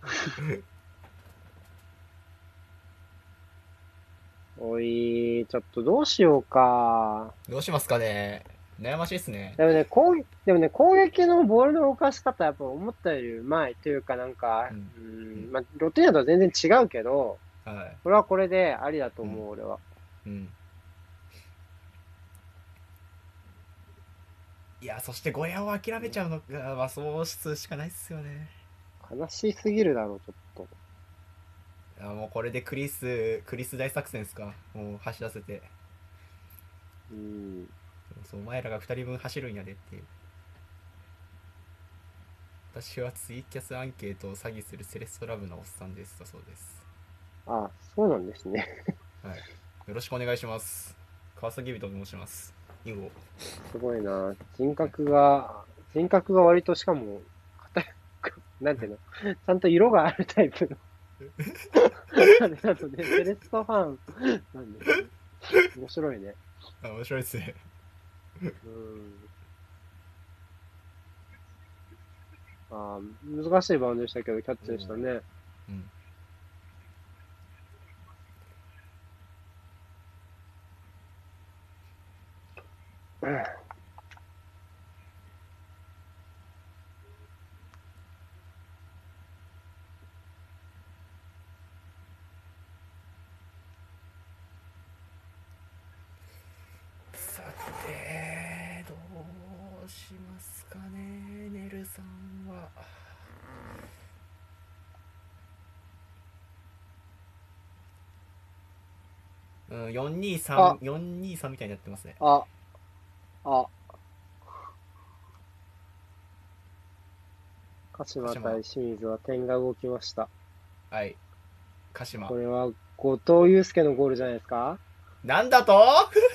Speaker 1: おい、ちょっとどうしようか。
Speaker 2: どうしますかね。悩ましいっすね。
Speaker 1: でもね、攻撃のボールの動かし方やっぱ思ったよりうまいというかなんか、まあ、ロッテリアとは全然違うけど、
Speaker 2: はい。
Speaker 1: これはこれでありだと思う、俺は。
Speaker 2: いや、そしてゴヤを諦めちゃうのが、まあ、そうするしかないっすよね。
Speaker 1: 悲しすぎるだろう、ちょっと。
Speaker 2: もうこれでクリス大作戦ですか。もう走らせて。そう、お前らが2人分走るんやでっていう。私はツイキャスアンケートを詐欺するセレストラブのおっさんですだそうです。
Speaker 1: あ、そうなんですね。
Speaker 2: はい。よろしくお願いします。川崎人と申します。以後。
Speaker 1: すごいな。人格が割としかも、なんていうの、ちゃんと色があるタイプのあれなので、セレストファンなんですね。面白いね。
Speaker 2: 面白いっすね。
Speaker 1: 難しいバウンドでしたけど、キャッチでしたね。
Speaker 2: さて、どうしますかね、ネルさんは。423、423みたいになってますね。
Speaker 1: あ、鹿島対清水は点が動きました。
Speaker 2: はい。鹿島。
Speaker 1: これは後藤祐介のゴールじゃないですか？
Speaker 2: なんだと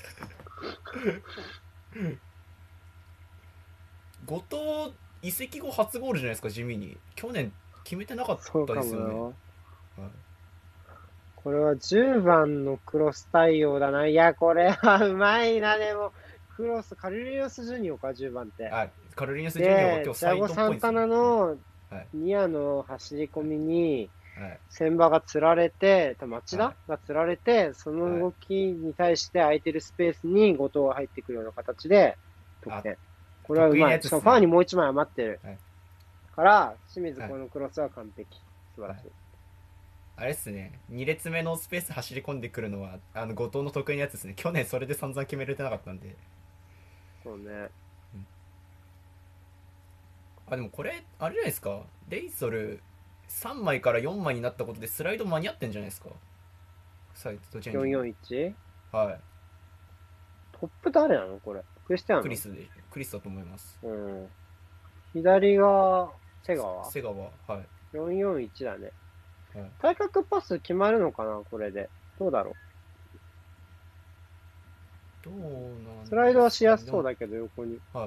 Speaker 2: 後藤移籍後初ゴールじゃないですか、地味に。去年決めてなかったですよね。はい、
Speaker 1: これは10番のクロス対応だな。いや、これはうまいな、でも。クロス、カルリニョス・ジュニオか、10番って。
Speaker 2: カルリニョス・ジュニオが今日サイドっぽいんですよ。
Speaker 1: ジャゴ・サンタナのニアの走り込みに、千葉が釣られて、町田が釣られて、その動きに対して空いてるスペースに後藤が入ってくるような形で得点。これはうまい。しかもファーにもう一枚余ってる。から、清水このクロスは完璧。素晴らしい。
Speaker 2: あれっすね、2列目のスペース走り込んでくるのは後藤の得意なやつですね。去年それで散々決めれてなかったんで。
Speaker 1: そうね。
Speaker 2: でもこれあれじゃないですか、レイソル3枚から4枚になったことでスライド間に合ってんじゃないですか、サイトチェンジ。
Speaker 1: 441？
Speaker 2: はい。
Speaker 1: トップ誰なのこれ。クリス
Speaker 2: だと思います。
Speaker 1: 左が瀬川。
Speaker 2: はい。
Speaker 1: 441だね。対角パス決まるのかなこれで。どうだろう。スライドはしやすそうだけど、横に。
Speaker 2: はい。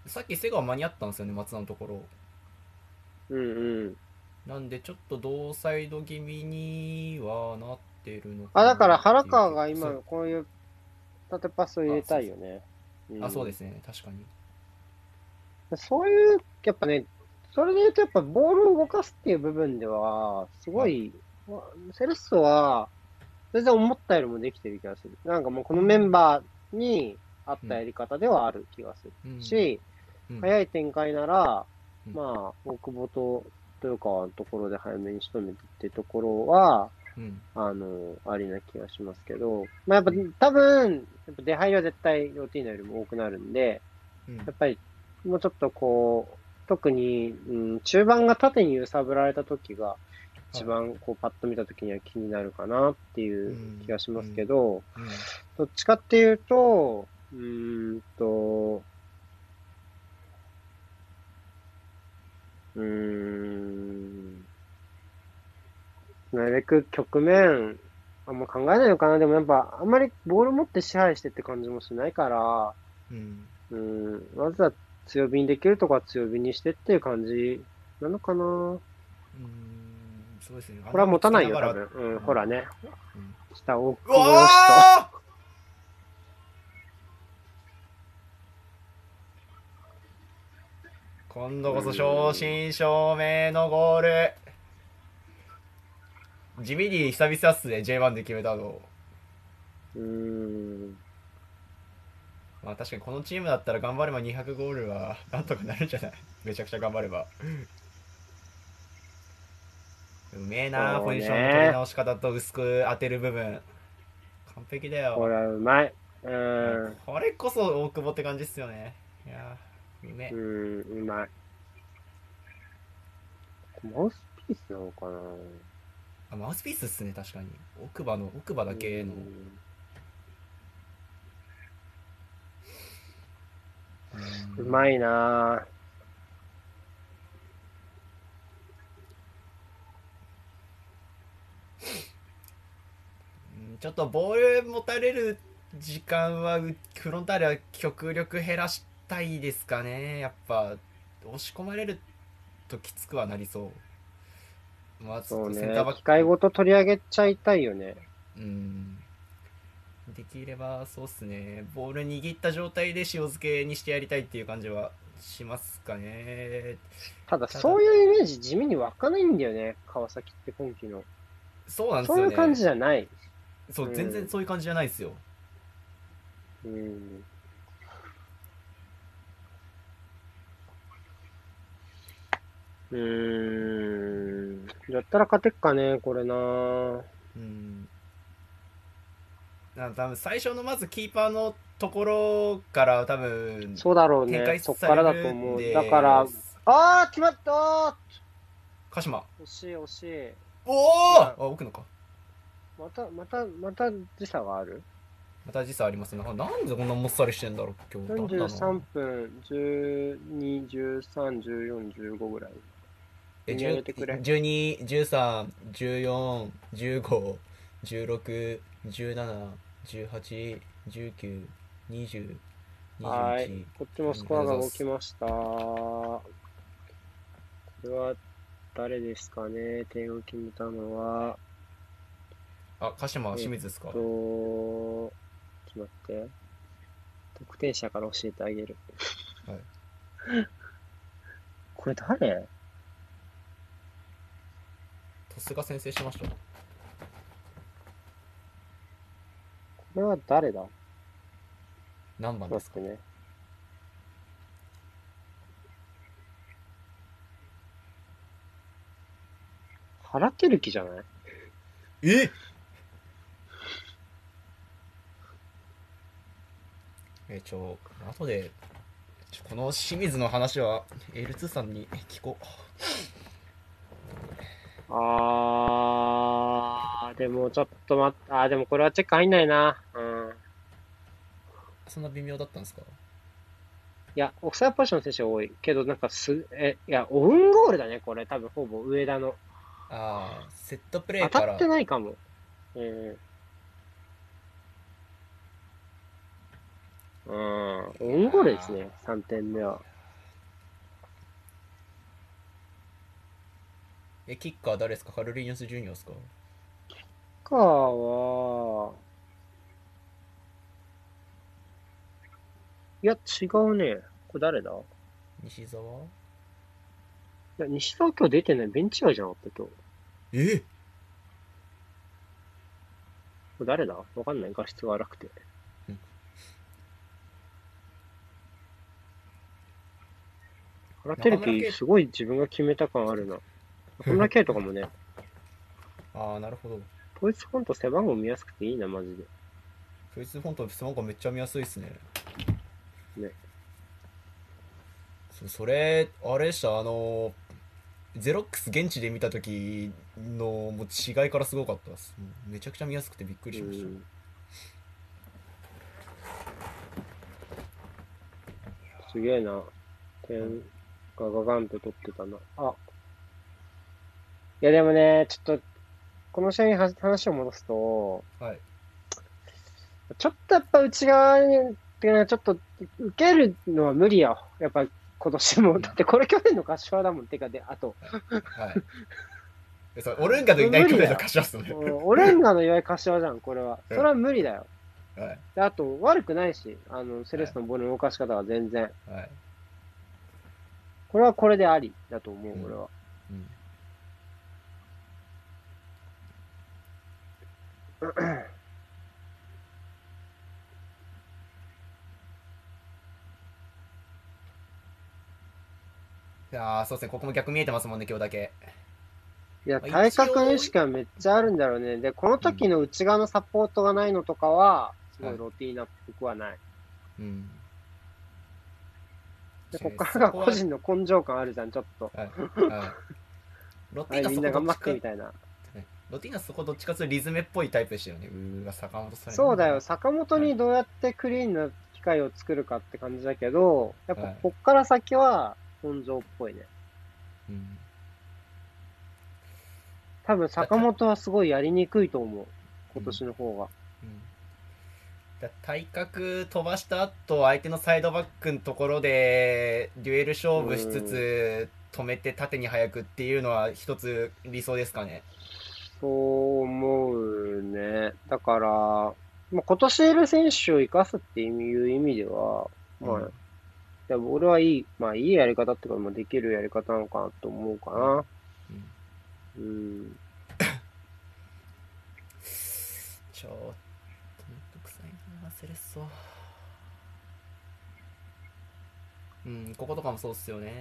Speaker 2: さっき瀬川間に合ったんですよね、松田のところ。なんでちょっと同サイド気味にはなってるのかな。
Speaker 1: だから原川が今こういう縦パスを入れたいよね。
Speaker 2: そうですね、確かに。
Speaker 1: そういう、やっぱね、それで言うとやっぱボールを動かすっていう部分では、すごい、セレッソは全然思ったよりもできてる気がする。なんかもうこのメンバーに合ったやり方ではある気がするし、早い展開なら、まあ、大久保と豊川のところで早めに仕留めてってところは、ありな気がしますけど、まあやっぱ多分、出入りは絶対ローティーナよりも多くなるんで、やっぱりもうちょっとこう、特に、中盤が縦に揺さぶられた時が、一番こうパッと見た時には気になるかなっていう気がしますけど、どっちかっていうと、なるべく局面、あんま考えないのかな。でもやっぱ、あんまりボール持って支配してって感じもしないから、まずは強火にできるとこは強火にしてっていう感じなのかな。
Speaker 2: そうですね。
Speaker 1: これは持たないよ、多分。ほらね。下を
Speaker 2: くぐろしと。 今度こそ正真正銘のゴール。地味に久々っすね、J1 で決めたの。まあ確かにこのチームだったら頑張れば200ゴールはなんとかなるんじゃない？めちゃくちゃ頑張れば。うめえな、
Speaker 1: そう
Speaker 2: ポジションの取り
Speaker 1: ね。
Speaker 2: 直し方と薄く当てる部分。完璧だよ。
Speaker 1: これはうまい。
Speaker 2: これこそ大久保って感じっすよね。いやうめえ。
Speaker 1: うまい。マウスピースなのかな。
Speaker 2: あ、マウスピースっすね、確かに。奥歯だけの。
Speaker 1: うまいな。
Speaker 2: ちょっとボール持たれる時間はフロンターレは極力減らしたいですかね。やっぱ押し込まれるときつくはなりそう。まあちょっ
Speaker 1: そうね。
Speaker 2: とセンターバッ
Speaker 1: 機械
Speaker 2: ク、
Speaker 1: ごと取り上げちゃいたいよね。
Speaker 2: できればそうっすね、ボール握った状態で塩漬けにしてやりたいっていう感じはしますかね。
Speaker 1: ただ、そういうイメージ地味に湧かないんだよね。川崎って今季の。
Speaker 2: そうなんですよね。
Speaker 1: そういう感じじゃない。
Speaker 2: そう、全然そういう感じじゃないですよ。
Speaker 1: だったら勝てっかね、これな。
Speaker 2: 多分最初のまずキーパーのところから多分
Speaker 1: そうだろうね。
Speaker 2: 展開
Speaker 1: そっからだと
Speaker 2: されるん
Speaker 1: 思う。
Speaker 2: で、
Speaker 1: だから、決まった
Speaker 2: 鹿島。
Speaker 1: 惜しい惜しい。
Speaker 2: おお、あ、奥のか。
Speaker 1: また時差がある？
Speaker 2: また時差ありますね。なんでこんなもっさりしてんだろう、今日。
Speaker 1: 43分、12、13、14、15ぐらい。見上げてくれ。
Speaker 2: 12、13、14、15、16、17、18、19、20、
Speaker 1: はい。
Speaker 2: 21。
Speaker 1: こっちもスコアが動きました。これは誰ですかね、点を決めたのは。
Speaker 2: 鹿島、清水ですか？
Speaker 1: ちょっと待って。得点者から教えてあげる。
Speaker 2: はい。
Speaker 1: これ誰？
Speaker 2: トスが先制しました。
Speaker 1: これは誰だ？
Speaker 2: 何番ですか？
Speaker 1: 待ってね。原輝樹じゃない？
Speaker 2: 後で、この清水の話は L2 さんに聞こう。
Speaker 1: でもちょっと待って、でもこれはチェック入んないな。
Speaker 2: そんな微妙だったんですか？
Speaker 1: いや、オフサイドポジションの選手が多い。けど、いや、オウンゴールだね、これ。多分、ほぼ上田の。
Speaker 2: セットプレーから。
Speaker 1: 当たってないかも。オウンゴールですね、3点目は。
Speaker 2: キッカー誰ですか？カルリーニョス・ジュニオですか？
Speaker 1: キッカーは、いや、違うね。これ誰だ？
Speaker 2: 西澤？
Speaker 1: いや、西澤今日出てない。ベンチ外じゃなかった、今日。これ誰だ？わかんない。画質が荒くて。原輝樹、すごい自分が決めた感あるな。中村圭とかもね。
Speaker 2: なるほど。
Speaker 1: こいつほんと背番号見やすくていいな、マジで。
Speaker 2: こいつほんと背番号めっちゃ見やすいっすね。
Speaker 1: ね。
Speaker 2: それ、あれでした、ゼロックス現地で見た時のもう違いからすごかったです。めちゃくちゃ見やすくてびっくりしました。
Speaker 1: すげえな。点、ガガガンって取ってたな。いやでもね、ちょっと、この試合に話を戻すと、ちょっとやっぱ内側に、っていうのはちょっと、受けるのは無理よ。やっぱ今年も。だってこれ去年の柏だもん。てかで、あと。
Speaker 2: オレンガのいない去年の柏っすね。
Speaker 1: オレンガのいない柏じゃん、これは。それは無理だよ。で、あと、悪くないし、セレッソのボールの動かし方は全然。 これはこれでありだと思う、俺は。
Speaker 2: うん。いやー、そうですね、ここも逆見えてますもんね、今日だけ。
Speaker 1: いや、
Speaker 2: まあ、
Speaker 1: 体
Speaker 2: 一応、
Speaker 1: 格の意識はめっちゃあるんだろうね。で、この
Speaker 2: うん。
Speaker 1: 時の内側のサポートがないのとかは、す
Speaker 2: はい。
Speaker 1: ごいロティーナっぽくはない。
Speaker 2: うん。
Speaker 1: で、こっからが
Speaker 2: そこは、
Speaker 1: 個人の根性感あるじゃん、ちょっと。
Speaker 2: はい。はい。ロ
Speaker 1: はい、
Speaker 2: ティーナそ
Speaker 1: みんな頑張っ
Speaker 2: こどっちか、
Speaker 1: てみたいな。
Speaker 2: ねロティーナそこどっちかというとリズムっぽいタイプでしたよね。うーわ、坂本それな
Speaker 1: そうだよ、
Speaker 2: んだな。
Speaker 1: 坂本
Speaker 2: はい。
Speaker 1: にどうやってクリーンな機会を作るかって感じだけど、やっぱ
Speaker 2: はい。
Speaker 1: こっから先は根性っぽいね。
Speaker 2: うん。
Speaker 1: 多分
Speaker 2: だ、た、
Speaker 1: 坂本はすごいやりにくいと思う。今
Speaker 2: うん。
Speaker 1: 年の方が。
Speaker 2: うん。体格飛ばした後、相手のサイドバックのところで、デュエル
Speaker 1: う
Speaker 2: 勝負しつ
Speaker 1: ーん。
Speaker 2: つ、止めて縦に速くっていうのは一つ理想ですかね。
Speaker 1: そう思うね。だから、まあ、今年いる選手を生かすっていう意味では、
Speaker 2: うん。
Speaker 1: まあ、でも俺はいい、まあいいやり方っていうか、まあできるやり方なのかなと思うか
Speaker 2: うん。
Speaker 1: な。
Speaker 2: うん。
Speaker 1: うん。
Speaker 2: ちょっとめんどくさいな、セレッソ。うん、こことかもそうっすよね。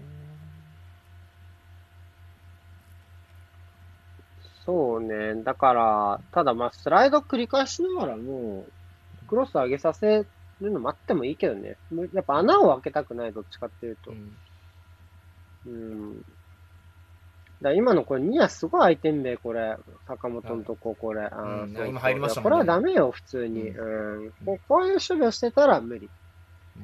Speaker 1: そうね。だから、ただまあスライド繰り返しながらも、クロス上げさせるの待ってもいいけどね。やっぱ
Speaker 2: うん。
Speaker 1: 穴を開けたくない、どっちかっていうと。
Speaker 2: うん。
Speaker 1: うん。だから今のこれ、ニアすごい空いてんべ、これ。坂本
Speaker 2: は
Speaker 1: のとこ、これ。
Speaker 2: い。う
Speaker 1: ああ、
Speaker 2: ん、あ
Speaker 1: そうそう。い
Speaker 2: 今入りまし
Speaker 1: や、これは
Speaker 2: たもんね。
Speaker 1: ダメよ、普通に。
Speaker 2: うん。
Speaker 1: うん。
Speaker 2: うん。
Speaker 1: こういう守備をしてたら無理。
Speaker 2: うん。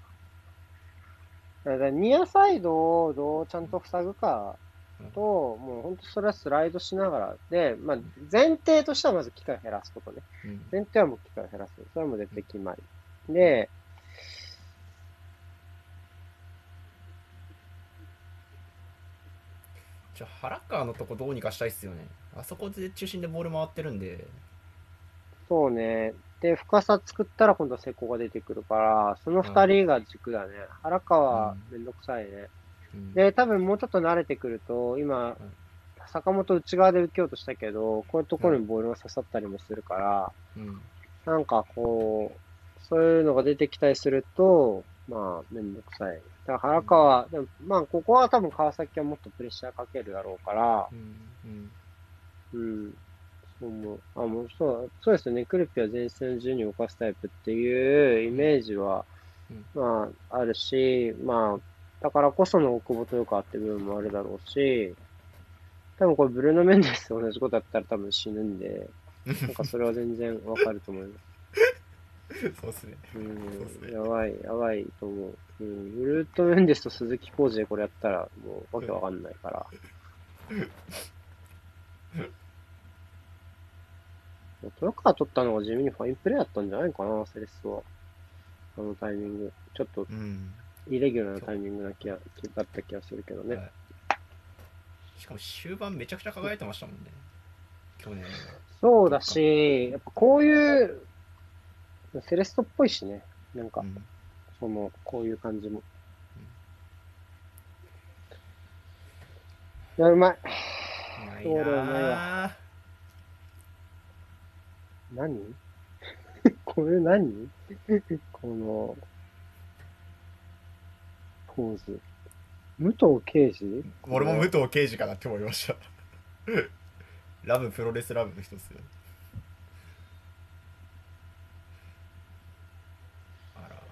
Speaker 1: だからニアサイドをどうちゃんと塞ぐかと、もう本当それはスライドしながら。で、まあ、前提としてはまず機会を減らすことね。
Speaker 2: うん。
Speaker 1: 前提はもう機会を減らす。それはもう絶対決まり。
Speaker 2: うん。
Speaker 1: で、
Speaker 2: 原川のとこどうにかしたいっすよね。あそこで中心でボール回ってるんで。
Speaker 1: そうね。で、深さ作ったら今度は瀬古が出てくるから、その
Speaker 2: は
Speaker 1: 二人が軸だね。原
Speaker 2: い。う
Speaker 1: 川
Speaker 2: ん。
Speaker 1: めんどくさいね。
Speaker 2: うん。
Speaker 1: で、多分もうちょっと慣れてくると、今、
Speaker 2: は
Speaker 1: 坂本内側で受けようとしたけど、こういうと
Speaker 2: い。はい。
Speaker 1: ころにボールが刺さったりもするから、
Speaker 2: うん。
Speaker 1: なんかこう、そういうのが出てきたりすると、まあ、めんどくさい。だから原
Speaker 2: うん。
Speaker 1: 川、でもまあ、ここは多分川崎はもっとプレッシャーかけるだろうから、
Speaker 2: うん。うん。
Speaker 1: うん、そう思う。あ、もうそうですよね。クルピは前線順に動かすタイプっていうイ
Speaker 2: うん。
Speaker 1: メージは、
Speaker 2: うん。
Speaker 1: まあ、あるし、まあ、だからこその大久保豊川っていう部分もあるだろうし、多分これブルーノ・メンデスと同じことやったら多分死ぬんで、なんかそれは全然わかると思います。
Speaker 2: そうっすね。
Speaker 1: う
Speaker 2: そうっす
Speaker 1: ん、
Speaker 2: ね。
Speaker 1: やばい、やばいと思う。うん、ブルート・メンデスと鈴木浩二でこれやったらもうわけわかんないから。豊川取ったのが地味にファインプレーだったんじゃないかな、セレッソは。あのタイミング。ちょっと
Speaker 2: うん。
Speaker 1: イレギュラーな
Speaker 2: 今
Speaker 1: タイミングだった気がするけど
Speaker 2: 日、
Speaker 1: ね。
Speaker 2: はい。しかも終盤めちゃくちゃ輝いてましたもんね。去年は。
Speaker 1: そうだ
Speaker 2: どっか。
Speaker 1: し、やっぱこういう、セレッソっぽいしね。なんか、
Speaker 2: うん。
Speaker 1: こういう感じも。いや、うまい。
Speaker 2: うまい
Speaker 1: ゴールうまいわ。
Speaker 2: なぁ。
Speaker 1: 何これ何このポーズ。武藤敬司こ
Speaker 2: 俺も武
Speaker 1: れ。
Speaker 2: 藤敬司かなって思いました。ラブプロレスラブの一つ。あら。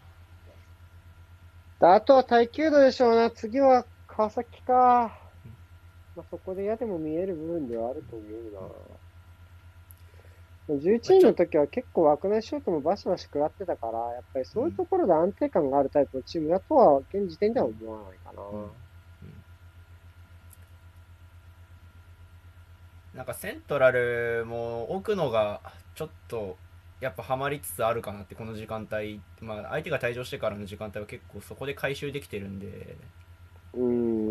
Speaker 1: あとは耐久度でしょうな。次は川崎か。まあ、そこで嫌でも見える部分ではあると思うな。11
Speaker 2: まあ、
Speaker 1: 人の時は結構枠内シュートもバシバシ食らってたから、やっぱり
Speaker 2: うん。
Speaker 1: そういうところで安定感があるタイプのチームだとは、現時点では
Speaker 2: うん。
Speaker 1: 思わないかな。
Speaker 2: うん。うん。なんかセントラルも奥野がちょっとやっぱハマりつつあるかなってこの時間帯、まあ相手が退場してからの時間帯は結構そこで回収できてるんで、
Speaker 1: うん。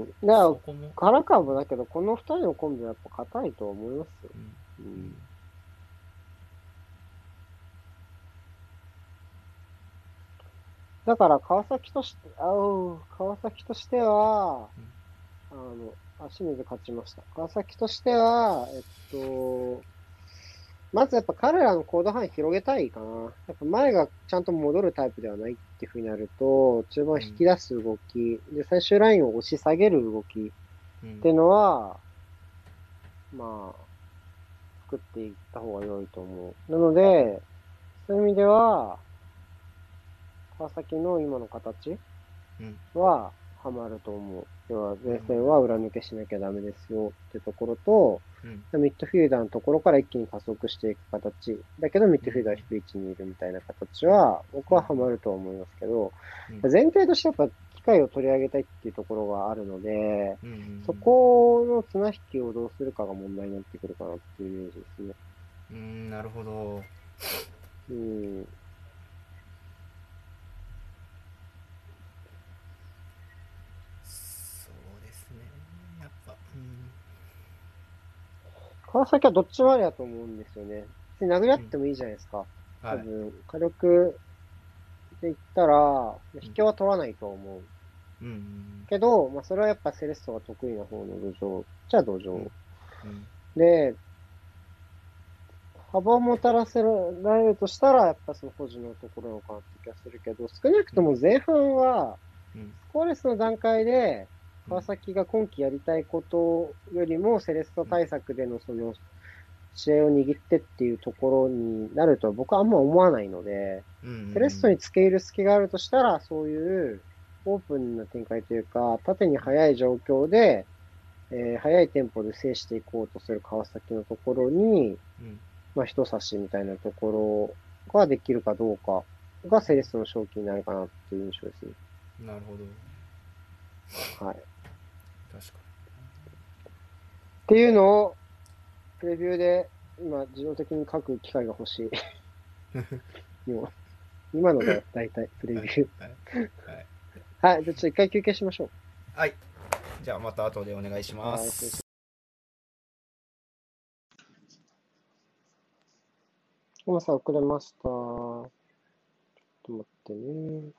Speaker 1: だから、
Speaker 2: そこも、
Speaker 1: カラカーもだけど、この二人のコンビはやっぱ硬いとは思いますよ。
Speaker 2: うん。
Speaker 1: うん。
Speaker 2: うん。
Speaker 1: だだから川崎として、川崎としては、清水勝ちました。川崎としては、まずやっぱ彼らの行動範囲広げたいかな。やっぱ前がちゃんと戻るタイプではないっていう風になると、中盤引き出す動き、で、最終ラインを押し下げる動きっていうのは、まあ、作っていった方が良いと思う。なので、そういう意味では、川崎の今の形はハマると思う。要は前線は裏抜けしなきゃダメですよってところと、ミッドフィルダーのところから一気に加速していく形。だけどミッドフィルダー低い位置にいるみたいな形は、僕はハマると思いますけど、前提としてやっぱ機会を取り上げたいっていうところがあるので、そこの綱引きをどうするかが問題になってくるかなっていうイメージですね。
Speaker 2: なるほど。そうですね。やっぱ、
Speaker 1: 川崎はどっちもありだと思うんですよね。殴り合ってもいいじゃないですか。多分、火力で言ったら、引きは取らないと思う。けど、それはやっぱセレッソが得意な方の土壌じゃ土壌。で、幅をもたらせられるとしたら、やっぱその保持のところなのかなって気がするけど、少なくとも前半は、スコアレスの段階で、川崎が今季やりたいことよりも、セレッソ対策でのその、試合を握ってっていうところになるとは僕はあんま思わないので、セレッソに付け入る隙があるとしたら、そういうオープンな展開というか、縦に速い状況で、速いテンポで制していこうとする川崎のところに、人差しみたいなところができるかどうかがセレッソの勝機になるかなっていう印象ですね。
Speaker 2: なるほ
Speaker 1: ど。はい。
Speaker 2: 確か
Speaker 1: っていうのを、プレビューで今、自動的に書く機会が欲しい。今のだよ、大体、プレビュー。はい。じゃあちょっと一回休憩しましょう。
Speaker 2: はい。じゃあまた後でお願いします。
Speaker 1: 今さ、遅れました。ちょっと待ってね。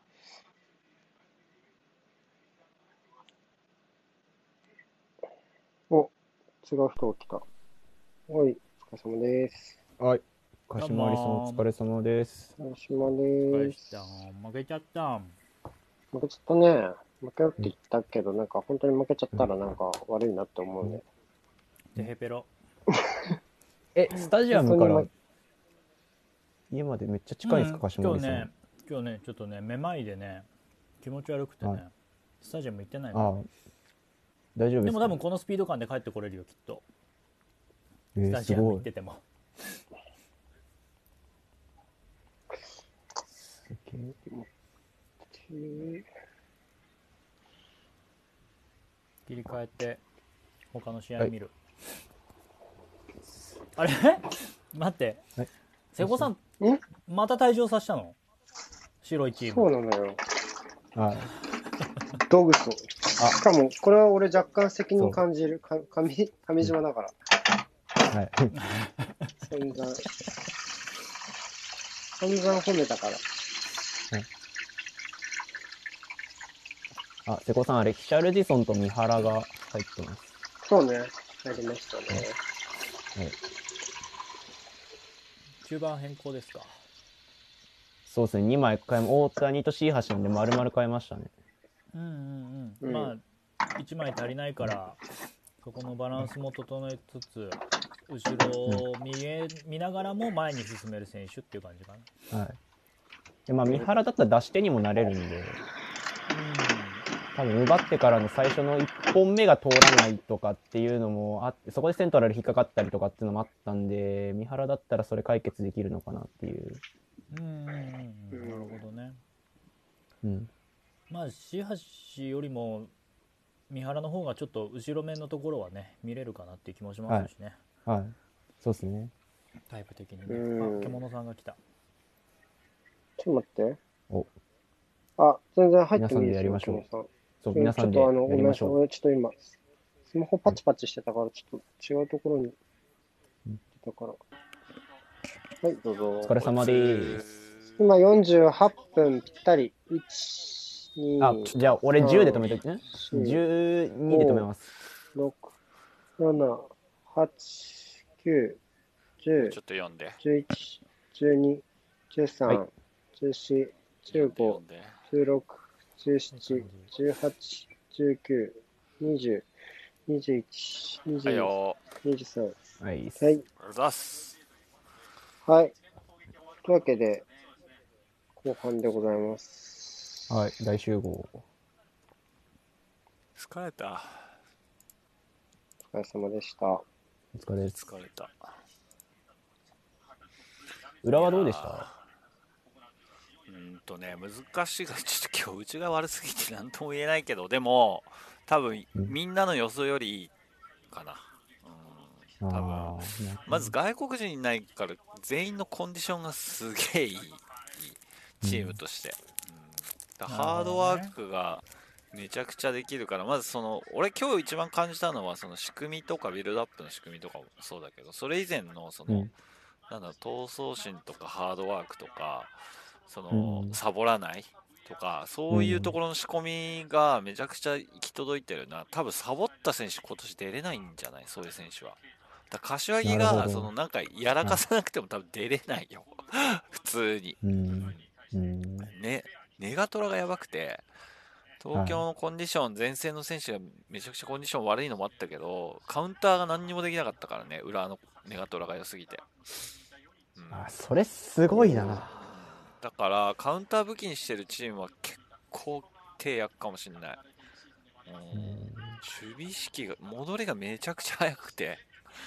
Speaker 1: お、違う人が来た。はい、お疲れ様です。
Speaker 3: はい。鹿島有さんお疲れ様です。
Speaker 1: 鹿島です。
Speaker 4: 負けちゃった。
Speaker 1: 負けちゃったね。負けよって言ったけど、なんか本当に負けちゃったらなんか悪いなって思うね。
Speaker 4: テヘペロ。
Speaker 3: スタジアムから家までめっちゃ近いんですか、鹿島有さん。
Speaker 4: 今日ね、ちょっとね、めまいでね、気持ち悪くてね、スタジアム行ってないの。
Speaker 3: 大丈夫ですか？
Speaker 4: でも多分このスピード感で帰ってこれるよ、きっと。スタジアム行ってても。切り替えて他の試合見る。あれ待って、瀬古さんまた退場させたの？白いチーム。
Speaker 1: そうなのよ。ドグソ。しかもこれは俺若干責任感じる。上島だから。
Speaker 3: はい。
Speaker 1: 散々褒めたから。
Speaker 3: 瀬古さん、あれ、ヒシャルジソンと三原が入ってます。
Speaker 1: そうね。入りましたね。
Speaker 4: 中盤変更ですか？
Speaker 3: そうですね、2枚変え、大谷と椎橋なんで丸々変えましたね。
Speaker 4: まあ、1枚足りないから、そこのバランスも整えつつ、後ろを見ながらも前に進める選手っていう感じかな。
Speaker 3: はい。で、三原だったら出し手にもなれるんで、多分奪ってからの最初の1本目が通らないとかっていうのもあって、そこでセントラル引っかかったりとかっていうのもあったんで、三原だったらそれ解決できるのかなっていう。
Speaker 4: なるほどね。まあ椎橋よりも三原の方がちょっと後ろ面のところはね見れるかなっていう気もしますしね。
Speaker 3: はい。そうですね。
Speaker 4: タイプ的にね。獣さんが来た。
Speaker 1: ちょっと待って。全然入ってもいいですよ。
Speaker 3: 皆さんでやりましょう。
Speaker 1: そう、皆さんでやりましょう。俺ちょっと今、スマホパチパチしてたから、ちょっと違うところに行ったから。はい、どうぞ。
Speaker 3: お疲れ様です。
Speaker 1: 今48分ぴったり。1、2、
Speaker 3: じゃあ俺10で止めてね。
Speaker 1: 4
Speaker 3: 12で止めます。
Speaker 1: 6、7、8、9、10、
Speaker 5: ちょっと読んで。
Speaker 1: 11、12、13、
Speaker 3: はい
Speaker 1: 14、15、
Speaker 5: 読んで。
Speaker 1: 16、17、18、19、20、21、
Speaker 5: はい
Speaker 1: 22、
Speaker 5: よ
Speaker 1: 23。
Speaker 3: はい。
Speaker 1: はい。
Speaker 5: ありがとうございます。
Speaker 1: はい。というわけで、後半でございます。
Speaker 3: はい。大集合。
Speaker 5: 疲れた。
Speaker 1: お疲れ様でした。
Speaker 3: お疲れです。
Speaker 5: 疲れた。
Speaker 3: 裏はどうでした？
Speaker 5: 難しいが、ちょっと今日うちが悪すぎて何とも言えないけど、でも、多分、みんなの予想よりいいかな。多分まず外国人いないから全員のコンディションがすげえいいチームとして、ハードワークがめちゃくちゃできるから、まず俺今日一番感じたのはその仕組みとかビルドアップの仕組みとかもそうだけど、それ以前のなんだ闘争心とかハードワークとかサボらないとか、そういうところの仕込みがめちゃくちゃ行き届いてるな。多分サボった選手今年出れないんじゃない？そういう選手は。柏木がなんかやらかさなくても多分出れないよ普通に。ね、ネガトラがやばくて、東京のコンディション、前線の選手がめちゃくちゃコンディション悪いのもあったけど、カウンターが何にもできなかったからね、裏のネガトラが良すぎて。
Speaker 3: それすごいな。
Speaker 5: だからカウンター武器にしてるチームは結構手焼くかもしれない。守備意識が戻りがめちゃくちゃ早くて、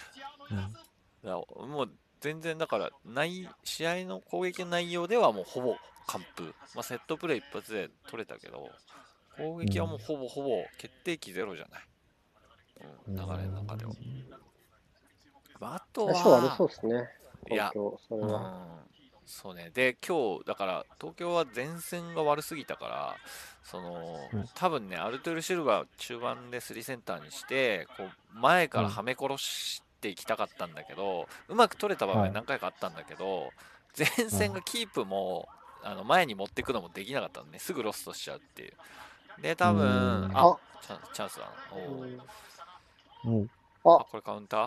Speaker 5: もう全然だから試合の攻撃の内容ではもうほぼ完封、セットプレー一発で取れたけど、攻撃はもうほぼ決定機ゼロじゃない、流れの中では。あとは
Speaker 1: 相性悪そうですね、
Speaker 5: 東
Speaker 1: 京。それは
Speaker 5: そうね。で今日だから東京は前線が悪すぎたから、多分ね、アルトゥール・シルバー中盤で3センターにしてこう前からはめ殺していきたかったんだけど、うまく取れた場面何回かあったんだけど、前線がキープも前に持っていくのもできなかったのね。すぐロストしちゃうっていう。で多分チャンスだな。これカウンター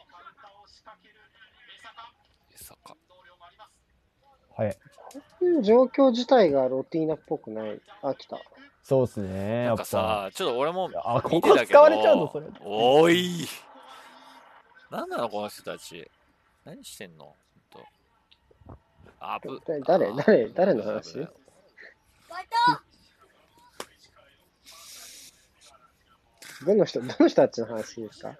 Speaker 3: はい。
Speaker 1: こういう状況自体がロティーナっぽくない。来た。
Speaker 3: そうですね。
Speaker 5: なんかさ、ちょっと俺も
Speaker 3: ここ使われちゃうのそれ。
Speaker 5: おい。なんなのこの人たち。何してんの？
Speaker 1: 誰の話？どの人たちの話ですか？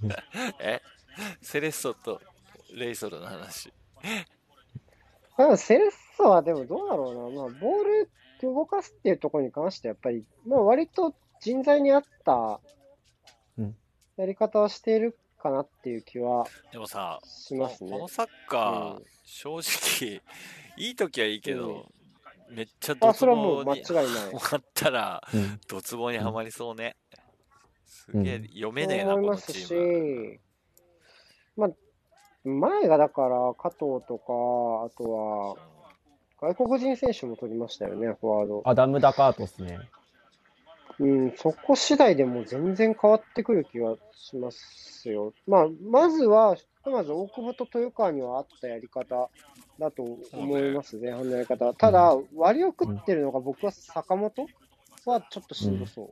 Speaker 5: セレッソとレイソルの話。
Speaker 1: セレッソはでもどうだろうな、ボール動かすっていうところに関してやっぱり、割と人材に合ったやり方をしているかなっていう気は
Speaker 5: でもさ、
Speaker 1: しますね。
Speaker 5: このサッカー、正直いい時はいいけど、めっちゃドツボにはまったら、ドツボにはまりそうね。すげえ読めねえな、このチーム。
Speaker 1: 前がだから加藤とか、あとは外国人選手も取りましたよね、フォワード。
Speaker 3: アダム・ダカートですね。
Speaker 1: そこ次第でも全然変わってくる気がしますよ。まず大久保と豊川にはあったやり方だと思います、前半のやり方。ただ、割を食ってるのが僕は坂本はちょっとしんどそう。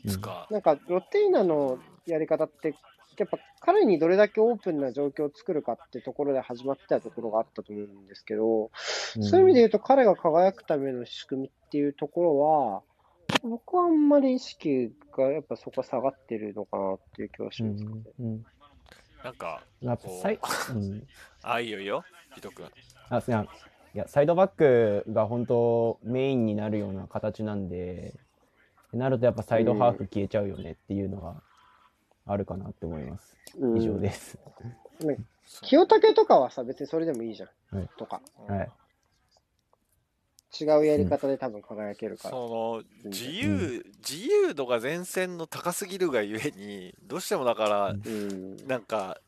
Speaker 1: なんか、ロティーナのやり方って、やっぱ彼にどれだけオープンな状況を作るかってところで始まってたところがあったと思うんですけど、そういう意味で言うと彼が輝くための仕組みっていうところは、僕はあんまり意識がやっぱそこ下がってるのかなっていう気はしますね。
Speaker 5: なんか、いいよいいよ、伊藤君。
Speaker 3: いや、サイドバックが本当メインになるような形なんで、なるとやっぱサイドハーフ消えちゃうよねっていうのがあるかなって思います。以上です。
Speaker 1: 清武とかはさ、別にそれでもいいじゃん。とか。違うやり方で多分輝けるから。
Speaker 5: 自由度が前線の高すぎるがゆえに、どうしてもだから、なんか、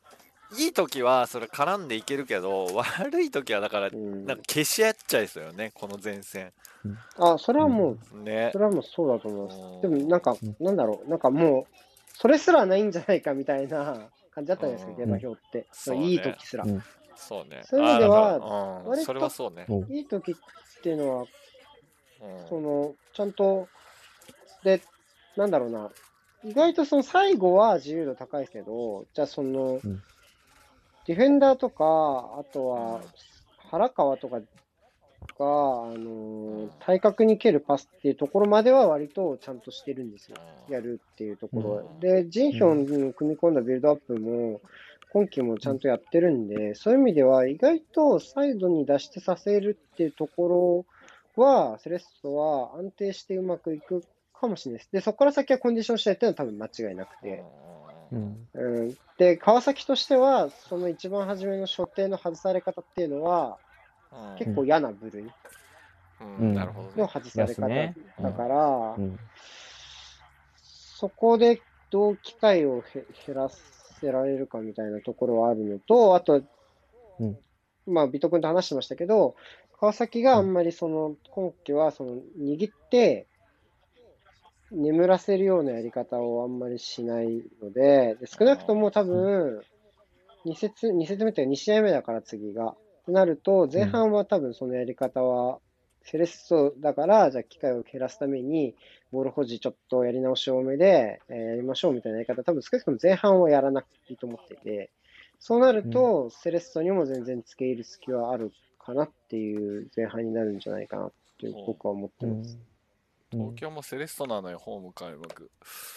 Speaker 5: いい時はそれ絡んでいけるけど、悪い時はだからなんか消し合っちゃいそうよね、この前線
Speaker 1: それはもう、
Speaker 5: ね。
Speaker 1: それはもうそうだと思います。でもなんか、なんだろう、なんかもう、それすらないんじゃないかみたいな感じだったじゃないですか、下馬評って。
Speaker 5: そうね
Speaker 1: いい時すら。
Speaker 5: そうね。
Speaker 1: そういう意味では、
Speaker 5: それはそうね。
Speaker 1: いい時っていうのは、ちゃんと、で、なんだろうな、意外とその最後は自由度高いけど、じゃあディフェンダーとか、あとは、原川とかが、対角に蹴るパスっていうところまでは割とちゃんとしてるんですよ。やるっていうところ。で、ジンヒョンに組み込んだビルドアップも、今季もちゃんとやってるんで、そういう意味では意外とサイドに出してさせるっていうところは、セレッソは安定してうまくいくかもしれないです。で、そこから先はコンディション次第っていうのは多分間違いなくて。で、川崎としては、その一番初めの所定の外され方っていうのは、結構嫌な部類
Speaker 5: なるほど
Speaker 1: の外され方だか
Speaker 3: う
Speaker 1: ら、
Speaker 3: ん
Speaker 1: そこでどう機会を減らせられるかみたいなところはあるのと、あと、まあ、ビト君と話してましたけど、川崎があんまり今季は握って眠らせるようなやり方をあんまりしないので、少なくとも多分、2節目というか2試合目だから次が。となると、前半は多分そのやり方は、セレッソだから、じゃあ機会を減らすために、ボール保持ちょっとやり直し多めで、やりましょうみたいなやり方、多分少なくとも前半はやらなくていいと思っていて、そうなると、セレッソにも全然付け入る隙はあるかなっていう前半になるんじゃないかなって僕は思ってます。
Speaker 5: 東京もセレッソなのよ、ホーム開幕。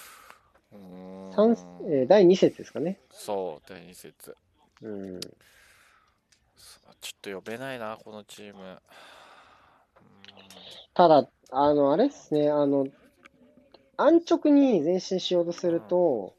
Speaker 1: 第2節ですかね。
Speaker 5: そう、第2節。
Speaker 1: ちょ
Speaker 5: っと呼べないな、このチーム。
Speaker 1: ただ、あれですね、安直に前進しようとすると、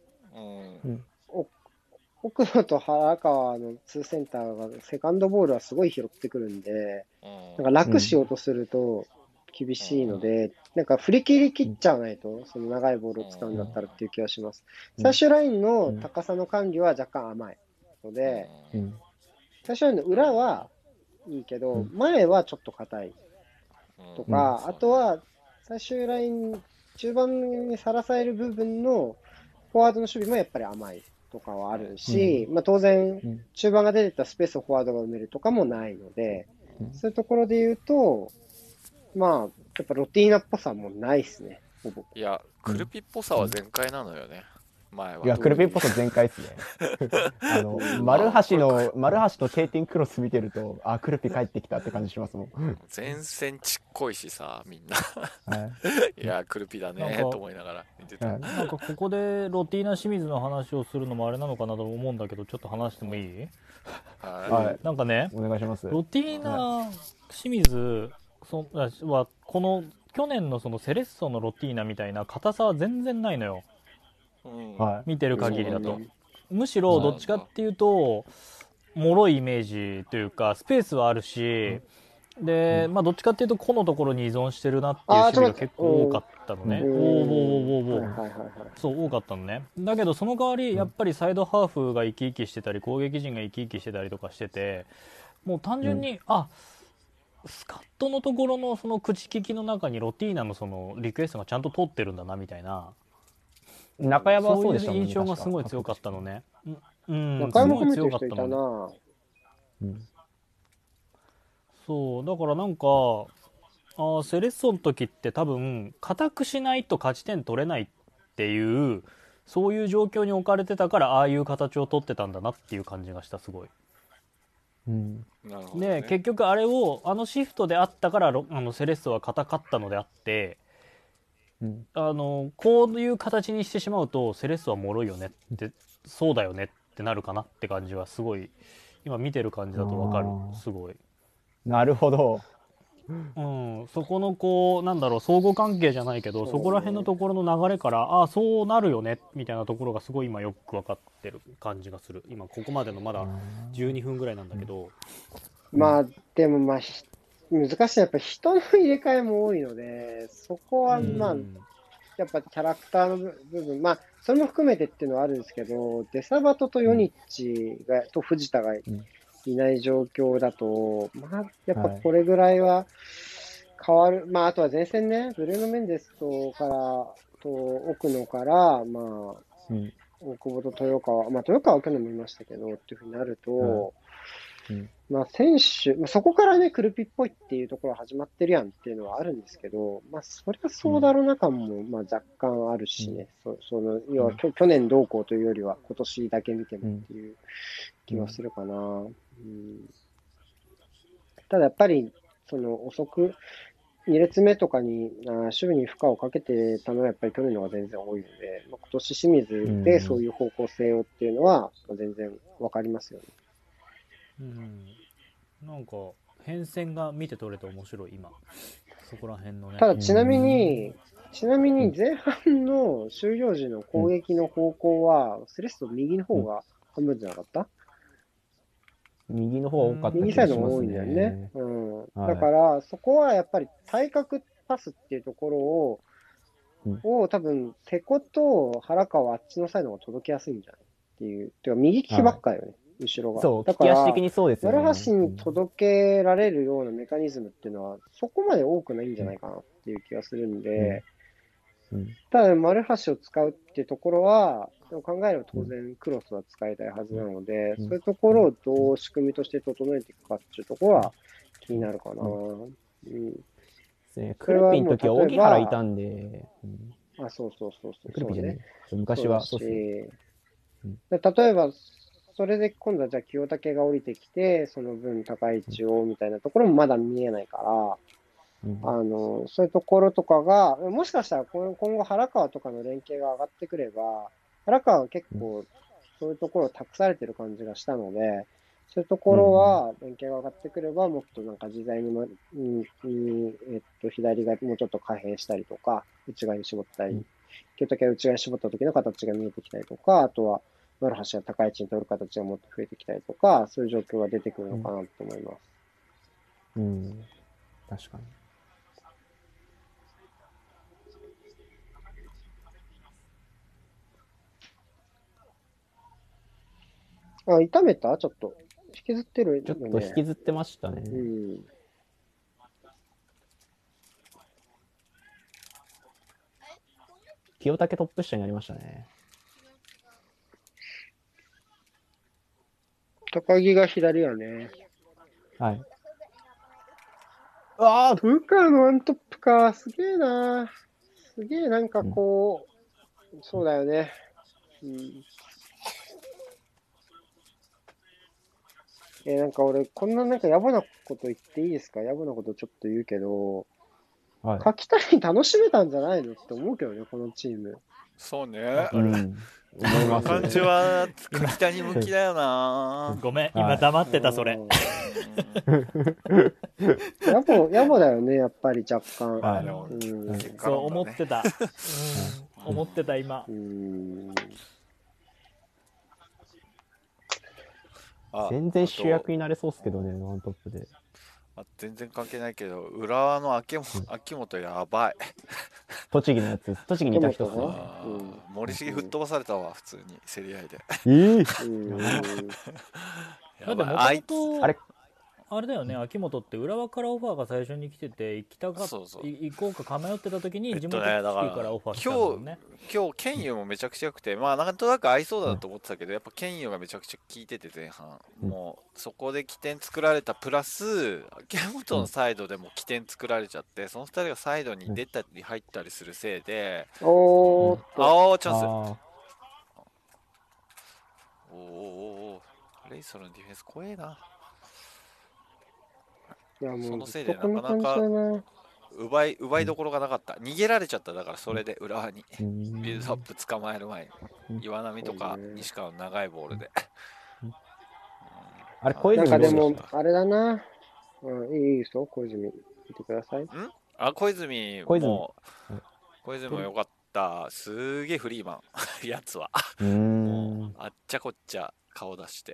Speaker 1: 奥野と原川の2センターがセカンドボールはすごい拾ってくるんで、なんか楽しようとすると厳しいので、なんか振り切り切っちゃわないと、その長いボールを使うんだったらっていう気がします。最終ラインの高さの管理は若干甘いので、最終ラインの裏はいいけど、前はちょっと硬いとか、あとは最終ライン、中盤にさらされる部分のフォワードの守備もやっぱり甘いとかはあるし、まあ当然、中盤が出てたスペースをフォワードが埋めるとかもないので、そういうところで言うと、まあ、やっぱロティーナっぽさもないですね、ほぼ。
Speaker 5: いや、クルピっぽさは全開なのよね。前は。
Speaker 3: いや、クルピっぽさ全開っすね。丸橋の定点クロス見てると、あ、クルピ帰ってきたって感じしますもん。
Speaker 5: 前線ちっこいしさ、みんな。いや、クルピだねと思いながら見てた。
Speaker 4: なんかここでロティーナ清水の話をするのもあれなのかなと思うんだけど、ちょっと話してもいい？
Speaker 3: はい。
Speaker 4: なんかね、
Speaker 3: お願いします。
Speaker 4: ロティーナ清水はこの去年のそのセレッソのロティーナみたいな硬さは全然ないのよ。見てる限りだと、むしろどっちかっていうと脆いイメージというかスペースはあるし、でまあどっちかっていうと個のところに依存してるなっていう守備が結構多かったのね。そう多かったのね。だけどその代わりやっぱりサイドハーフが生き生きしてたり攻撃陣が生き生きしてたりとかしてて、もう単純にスカットのところのその口利きの中にロティーナのそのリクエストがちゃんと通ってるんだなみたいな。
Speaker 3: 中山はそうでしたもんね。
Speaker 4: そういう印象がすごい強かったのね。
Speaker 1: 中山も強かったな。
Speaker 4: そうだからなんかセレッソの時って多分固くしないと勝ち点取れないっていうそういう状況に置かれてたからああいう形を取ってたんだなっていう感じがしたすごい。で結局あれをシフトであったからセレッソは硬かったのであって。こういう形にしてしまうとセレッソは脆いよねってそうだよねってなるかなって感じはすごい今見てる感じだと分かる。すごい
Speaker 3: なるほど。
Speaker 4: そこのこうなんだろう相互関係じゃないけどそこら辺のところの流れからそうなるよねみたいなところがすごい今よく分かってる感じがする。今ここまでのまだ12分ぐらいなんだけど、
Speaker 1: まあでもまあ難しい。やっぱ人の入れ替えも多いので、そこはまあ、やっぱキャラクターの部分、まあ、 それも含めてっていうのはあるんですけど、デサバトとヨニッチと藤田がいない状況だと、まあ、やっぱこれぐらいは変わる。まあ、あとは前線ね、ブルーノ・メンデスと奥野から、まあ、大久保と豊川、まあ、豊川は去年もいましたけど、っていうふうになると、まあ、選手、まあ、そこからね、クルピっぽいっていうところ始まってるやんっていうのはあるんですけど、まあ、そりゃそうだろうな感も、まあ、若干あるしね、要は去年どうこうというよりは、今年だけ見てもっていう気はするかな。ただやっぱり、遅く、2列目とかに守備に負荷をかけてたのはやっぱり去年の方が全然多いので、まあ、今年清水でそういう方向性をっていうのは全然わかりますよね。
Speaker 4: なんか変遷が見て取れて面白い今そこら辺のね。
Speaker 1: ただちなみに前半の終了時の攻撃の方向は、セレッソ右の方が半分じゃなかった？
Speaker 3: 右の方が多かった気
Speaker 1: 右サイド
Speaker 3: がします
Speaker 1: が多いんだよね。
Speaker 3: ね。
Speaker 1: だから、そこはやっぱり対角パスっていうところを、多分、瀬古と原川はあっちのサイドが届きやすいんじゃないっていう。てか、右利きばっかよね、後ろが。
Speaker 3: そう、
Speaker 1: だから
Speaker 3: 利き足的にそうですよね。
Speaker 1: 丸橋に届けられるようなメカニズムっていうのは、そこまで多くないんじゃないかなっていう気がするんで、ただ、丸橋を使うっていうところは、考えれば当然クロスは使いたいはずなので、そういうところをどう仕組みとして整えていくかっていうところは気になるかな。
Speaker 3: クルピンの時は荻原いたんで。
Speaker 1: そう。
Speaker 3: クルピンじゃない。昔はそうですね。
Speaker 1: 例えば、それで今度はじゃあ清武が降りてきて、その分高い位置をみたいなところもまだ見えないから、そういうところとかが、もしかしたら今後原川とかの連携が上がってくれば、原川は結構そういうところを託されてる感じがしたので、そういうところは連携が上がってくれば、もっとなんか自在に、左がもうちょっと可変したりとか、内側に絞ったり、清武が内側に絞った時の形が見えてきたりとか、あとは丸橋が高い位置に取る形がもっと増えてきたりとか、そういう状況が出てくるのかなと思います。
Speaker 3: 確かに。
Speaker 1: 痛めた？ちょっと。引きずってるよね。
Speaker 3: ちょっと引きずってましたね。清武トップ下になりましたね。
Speaker 1: 高木が左やね。
Speaker 3: はい。
Speaker 1: ブカのワントップか。すげえな。すげえなんかこう、そうだよね。なんか俺、こんななんか野暮なこと言っていいですか？野暮なことちょっと言うけど、柿谷楽しめたんじゃないのって思うけどね、このチーム。
Speaker 5: そうね。
Speaker 3: 思います。
Speaker 5: 感じは柿谷向きだよな。
Speaker 4: ごめん、今黙ってたそれ。
Speaker 1: 野暮だよね、やっぱり若干。
Speaker 4: そう思ってた。思ってた今。
Speaker 3: 全然主役になれそうっすけどね、ワントップで。
Speaker 5: 全然関係ないけど、浦和の秋元やばい。
Speaker 3: 栃木のやつ、栃木にいた人っすね。
Speaker 5: 森重吹っ飛ばされたわ、普通に、競り合いで。
Speaker 4: だってもともとあれだよね、秋元って浦和からオファーが最初に来てて、行こうか構ってた時に地元からオファー来たもんね。
Speaker 5: 今日ケンユもめちゃくちゃ良くて、まあなんとなく合いそうだと思ってたけど、やっぱケンユがめちゃくちゃ効いてて前半、もうそこで起点作られたプラス秋元のサイドでも起点作られちゃって、その2人がサイドに出たり入ったりするせいで、チャンス。レイソルのディフェンス怖えな。そのせいでなかなか奪いどころがなかった。逃げられちゃった。だからそれで浦和にビルドアップ捕まえる前に岩波とか西川の長いボールで。
Speaker 3: 小泉
Speaker 1: なんかでもあれだな。いいですよ、小泉見てください。
Speaker 5: 小泉もよかった。すげえフリーマンやつは。もうあっちゃこっちゃ顔出して。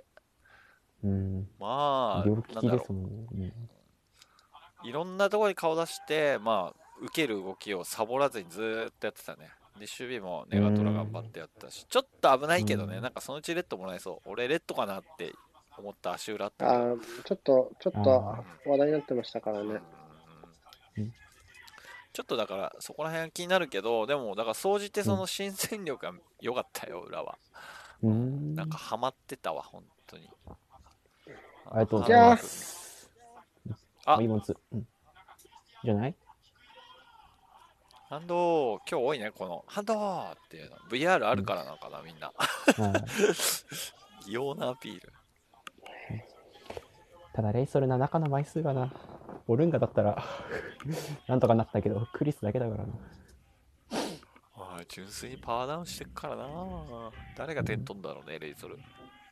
Speaker 5: まあなんだろう。いろんなところに顔出して、まあ、受ける動きをサボらずにずーっとやってたね。 守備もネガトラ頑張ってやったし、ちょっと危ないけどね、
Speaker 3: うん
Speaker 5: なんかそのうちレッドもらえそう。俺レッドかなって思った足裏あったけど。
Speaker 1: あーちょっと話題になってましたからね。
Speaker 3: うん
Speaker 5: ちょっとだからそこら辺は気になるけど、でもだから総じてその新戦力が良かったよ、裏は。なんかハマってたわ、本当に。
Speaker 3: ありがとうございま
Speaker 1: じ
Speaker 3: す。
Speaker 5: あ
Speaker 3: 荷物。じゃない
Speaker 5: ハンド今日多いね、このハンドっていうの。VR あるからなんかな、みんな。異様なアピール。
Speaker 3: ただレイソルな中の枚数がな、オルンガだったらなんとかなったけど、クリスだけだからな。
Speaker 5: 純粋にパワーダウンしてっからな。誰が点取んだろうね、レイソル。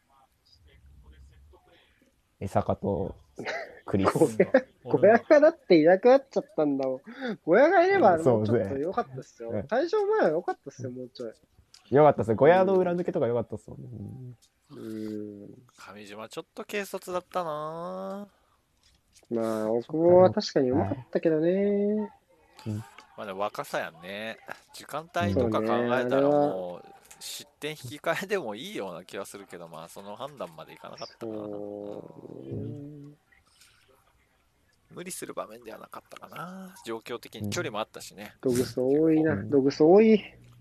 Speaker 3: 江坂とクリス。
Speaker 1: 小屋がだっていなくなっちゃったんだもん。小屋がいればもうちょっと良かったっすよ。退場前は良かったっすよ、もうちょい。
Speaker 3: よかったっすよ。小屋の裏抜けとか良かったっすもんね。
Speaker 5: 上島ちょっと軽率だったな。
Speaker 1: まあ、奥保は確かにうまかったけどね。
Speaker 5: まあでも若さやんね。時間帯とか考えたらもう失点引き換えでもいいような気はするけど、まあその判断までいかなかったかな。無理する場面ではなかったかな。状況的に距離もあったしね。
Speaker 1: ドグソ多いな。ドグソ多い。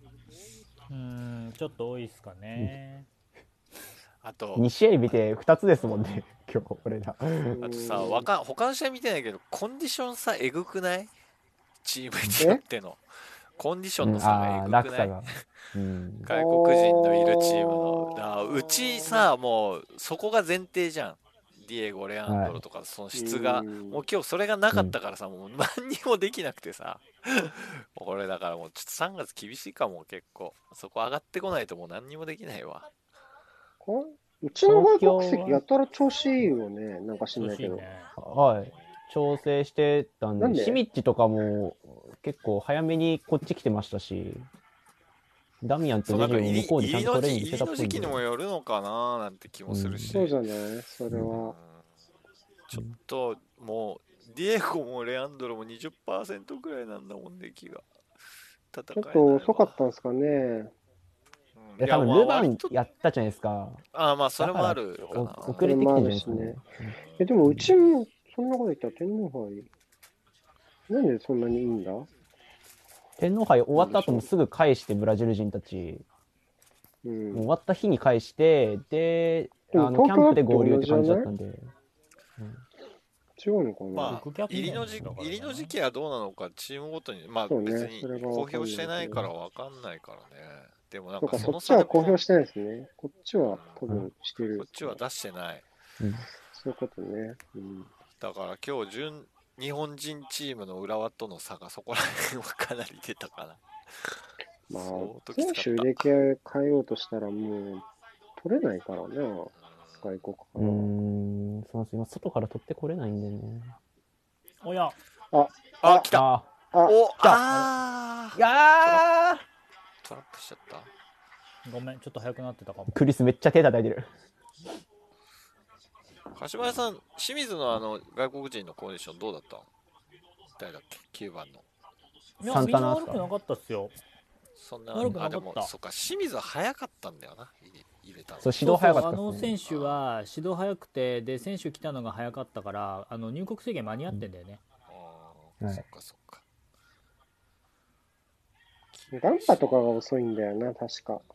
Speaker 4: ちょっと多いっすかね。
Speaker 5: あと
Speaker 3: 2試合見て2つですもんね、今日俺ら。
Speaker 5: あとさ、他の試合見てないけど、コンディション差えぐくない？チームによっての。コンディションの差がえぐくない？
Speaker 3: 落差が。
Speaker 5: 外国人のいるチームの。うちさ、もうそこが前提じゃん。ディエゴ、レアンドロとか、その質が。もう今日それがなかったからさ、もう何にもできなくてさ。俺だからもうちょっと3月厳しいかも、結構。そこ上がってこないともう何にもできないわ。
Speaker 1: うちの外国籍やたら調子いいよね。なんか知んないけど。
Speaker 3: はい。調整してたんで、シミッチとかも結構早めにこっち来てましたし、ダミアンとジェジも向こうでちゃんとトレーニングしてたっぽいんで。
Speaker 5: 入りの時期にもよるのかななんて気もするし。
Speaker 1: そうじゃないそれは。
Speaker 5: ちょっともう、ディエゴもレアンドロも 20% ぐらいなんだもん、出来が。
Speaker 1: ちょっと遅かったんですかね。
Speaker 3: いや、多分ルヴァンやったじゃないですか。
Speaker 5: まあ、それもあるかな。
Speaker 3: 遅れてきてるじゃないですかね。
Speaker 1: でもうちもそんなこと言ったら天皇杯、なんでそんなにいいんだ？
Speaker 3: 天皇杯終わった後もすぐ返して、ブラジル人たち。終わった日に返して、で、キャンプで合流って感じだったんで。
Speaker 1: 違うのかな、
Speaker 5: まあ、入りの時期はどうなのか、チームごとに、まあ別に公表してないから分かんないからね。でもなんか
Speaker 1: そっちは公表してないですね。こっちは多分してる。
Speaker 5: こっちは出してない。
Speaker 1: そういうことね。
Speaker 5: だから今日日本人チームの浦和との差がそこら辺はかなり出たかな。
Speaker 1: まあ、選手入れ替えようとしたらもう取れないからね、外国から。
Speaker 3: そうです。今外から取ってこれないんでね。
Speaker 4: おや。
Speaker 5: 来た。
Speaker 3: 来た。いやー。
Speaker 5: トラップしちゃった。
Speaker 4: ごめん、ちょっと早くなってたかも。
Speaker 3: クリスめっちゃ手叩いてる。
Speaker 5: 柏屋さん、清水の外国人のコンディションどうだったの？誰だっけ？ 9 番の。
Speaker 4: いや、みんな悪くなかったっすよ。
Speaker 5: そんな
Speaker 4: 悪くなかった。
Speaker 5: でもそっか、清水は早かったんだよな。入れたの。
Speaker 3: そう、指導早かったっすね。
Speaker 4: 選手は指導早くて、で選手来たのが早かったから、入国制限間に合ってんだよね。
Speaker 5: そっかそっか。
Speaker 1: ガンパとかが遅いんだよな、確か。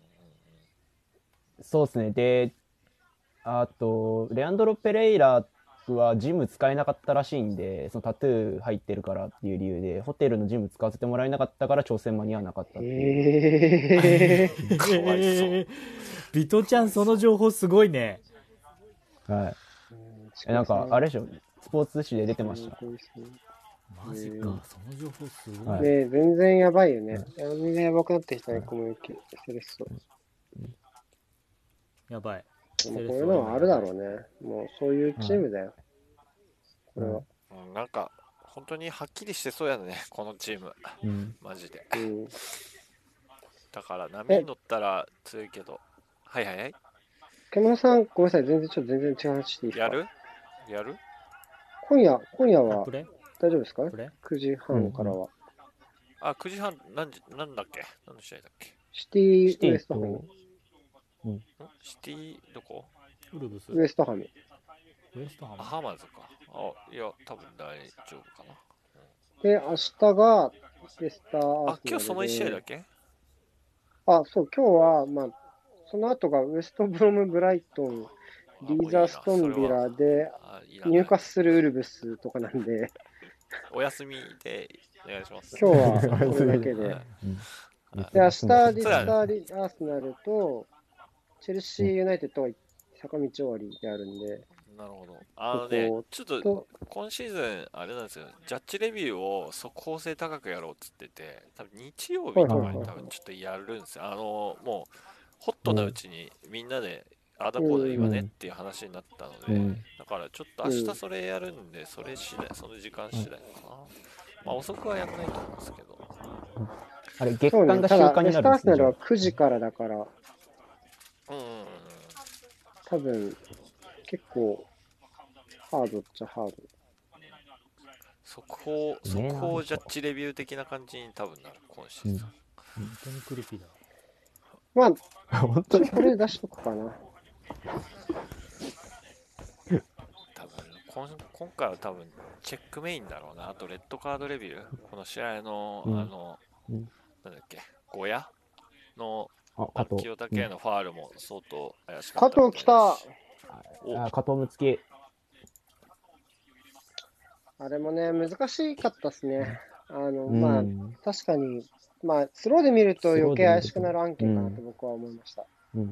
Speaker 3: そうですね。で、あと、レアンドロ・ペレイラはジム使えなかったらしいんで、そのタトゥー入ってるからっていう理由で、ホテルのジム使わせてもらえなかったから挑戦間に合わなかったっていう。
Speaker 5: かわいそう。
Speaker 4: ビトちゃん、その情報すごいね。
Speaker 3: はい。なんか、あれでしょ、スポーツ紙で出てました。
Speaker 4: マジか、その情報すごい。
Speaker 1: ね、全然やばいよね。みんなやばくなってきたね、この雪。セレッソ。
Speaker 4: やばい。
Speaker 1: でもこういうのはあるだろうね。もうそういうチームだよ。これは。
Speaker 5: なんか、本当にはっきりしてそうやね、このチーム。マジで。だから波に乗ったら強いけど。はいはいはい。
Speaker 1: 獣さん、ごめんなさい。全然違う話していいですか？
Speaker 5: やる
Speaker 1: 今夜は大丈夫ですか？ 9 時半からは。
Speaker 5: あ、9時半、なんだっけ、何の試合だっけ。
Speaker 1: シティ
Speaker 3: シティ
Speaker 1: ウエストハム。
Speaker 3: と、
Speaker 5: シティ、どこ？
Speaker 4: ウルブス
Speaker 1: ウエストハム。
Speaker 4: ウエストハム
Speaker 5: ハマーズか。いや、多分大丈夫かな。
Speaker 1: で、明日がレスターアーセナルで。
Speaker 5: 今日その1試合だっけ？
Speaker 1: そう、今日は、その後がウエストブロム、ブライトン、リーザーストンビラで、入荷するウルブスとかなんで、
Speaker 5: お休みでお願いします。
Speaker 1: 今日はこれだけで。で、明日、レスターアーセナルと、チェルシーユナイテッドが坂道終わりであるんで。
Speaker 5: なるほど。ちょっと今シーズン、あれなんですよ、ジャッジレビューを構成高くやろうっつってて、多分日曜日とかに多分ちょっとやるんですよ。もう、ホットなうちにみんまで、あだこうだ言わねっていう話になったので、だからちょっと明日それやるんで、それ次第、その時間次第かな。遅くはやらないと思うんですけど。
Speaker 3: あれ、月間が週間になるんですね。
Speaker 1: レスターアーセナルは9時からだから、
Speaker 5: 多
Speaker 1: 分、結構、ハードっちゃハード。
Speaker 5: 速報ジャッジレビュー的な感じに多分なる、今シーズン。
Speaker 4: 本当にクルピだ。
Speaker 1: 本当にこれ出しとくかな。
Speaker 5: 多分今回は多分チェックメインだろうな。あとレッドカードレビュー、この試合の、なんだっけ、ゴヤの清武へのファールも相当怪しかった。
Speaker 1: 加藤来た。
Speaker 3: 加藤むつき。
Speaker 1: あれもね、難しかったですね。確かに、スローで見ると余計怪しくなる案件かなと僕は思いました。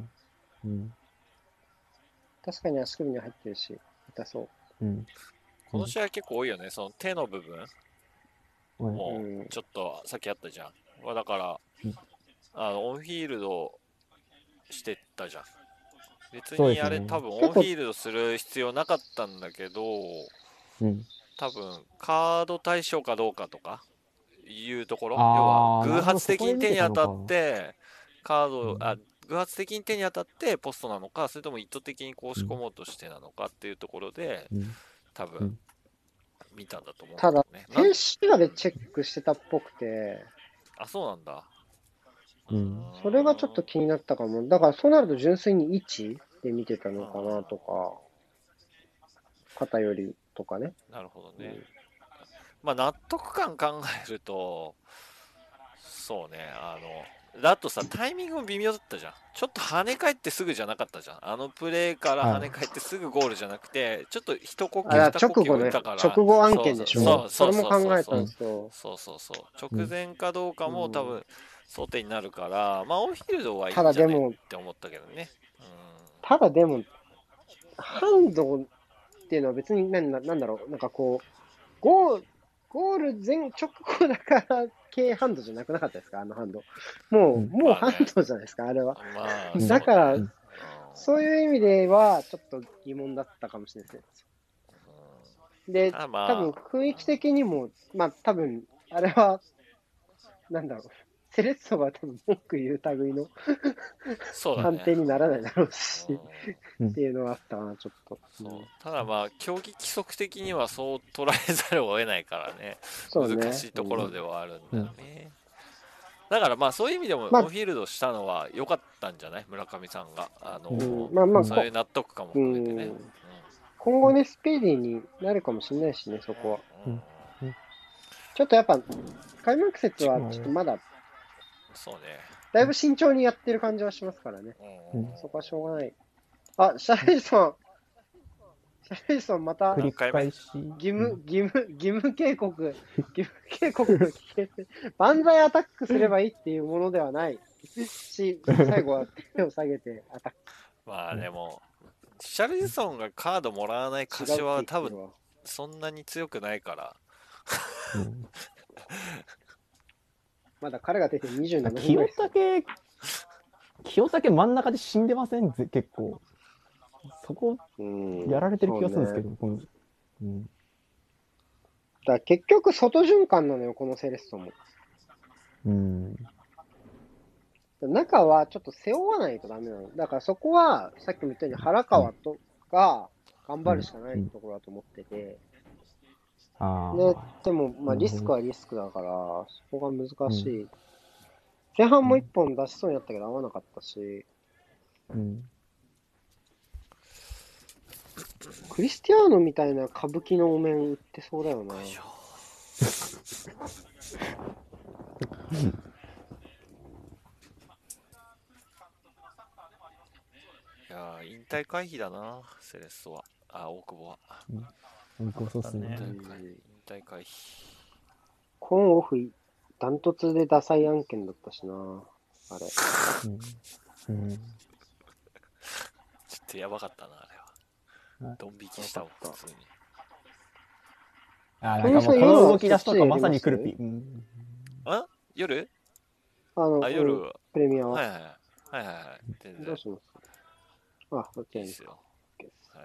Speaker 1: 確かに足首に入ってるし、痛そう。
Speaker 5: この試合結構多いよね、その手の部分もうちょっとさっきあったじゃん。だから、オンフィールドしてたじゃん。別にあれ多分オンフィールドする必要なかったんだけど、多分カード対象かどうかとかいうところ、要は偶発的に手に当たって偶発的に手に当たってポストなのか、それとも意図的にこう仕込もうとしてなのかっていうところで、多分見たんだと思うんだよね。
Speaker 1: ただ、静止画でチェックしてたっぽくて。
Speaker 5: そうなんだ。
Speaker 1: それがちょっと気になったかも。だからそうなると純粋に位置で見てたのかなとか、肩よりとかね。
Speaker 5: なるほどね。納得感考えると、そうね、だとさ、タイミングも微妙だったじゃん。ちょっと跳ね返ってすぐじゃなかったじゃん。あのプレーから跳ね返ってすぐゴールじゃなくて、ちょっと一呼吸、二呼吸置いたから。
Speaker 1: 直後案件でしょ。
Speaker 5: そ
Speaker 1: れも考えたんですよ。
Speaker 5: 直前かどうかも多分想定になるから、オンフィールドはいいんじゃないって思ったけどね。
Speaker 1: ただでも、ハンドっていうのは別になんだろう、なんかこう、ゴール直後だから系ハンドじゃなくなかったですか、あのハンド。もうハンドじゃないですか、あれは。だから、そういう意味では、ちょっと疑問だったかもしれないですね。で、多分雰囲気的にも、多分、あれは、なんだろう、セレッソが多分文句言う類の判定にならないだろうし、っていうのはあったかな、ちょっと。
Speaker 5: ただ競技規則的にはそう捉えざるを得ないからね、難しいところではあるんだよね。だからそういう意味でもオンフィールドしたのは良かったんじゃない、村上さんが。そういう納得感も含めてね。
Speaker 1: 今後ね、スピーディーになるかもしれないしね、そこは。ちょっとやっぱ、開幕節はちょっとまだ、
Speaker 5: そうね。
Speaker 1: だいぶ慎重にやってる感じはしますからね。そこはしょうがない。シャレイソンまた、
Speaker 3: 繰り返し。
Speaker 1: 義務警告の危険性。万歳アタックすればいいっていうものではないし、最後は手を下げてアタック。
Speaker 5: でも、シャルソンがカードもらわない柏は多分そんなに強くないから。
Speaker 1: まだ彼が出て27分ぐらい。
Speaker 3: 清武真ん中で死んでません結構。そこやられてる気がするんですけど。
Speaker 1: だから結局外循環なのよ、このセレッソも。中はちょっと背負わないとダメなの。だからそこはさっきも言ったように原川とか頑張るしかないところだと思ってて。 でも、まあ、リスクはリスクだから、そこが難しい。前半も1本出しそうになったけど合わなかったし、クリスティアーノみたいな歌舞伎のお面売ってそうだよな。
Speaker 5: よいしょいやー引退回避だな、セレッソは。あ、大久保は。
Speaker 3: そうっすね。
Speaker 5: 引退回避。
Speaker 1: 今オフ、ダントツでダサい案件だったしな、あれ。
Speaker 5: ちょっとやばかったな、あれは。ドン引きしたわ、普通に。
Speaker 3: なんかもうこの動き出しとかまさにクルピ。
Speaker 5: 夜
Speaker 1: 夜、プレミアは。
Speaker 5: はいはいはい。全然。
Speaker 1: どうしますあ、オッケー
Speaker 5: いいですよ。はい。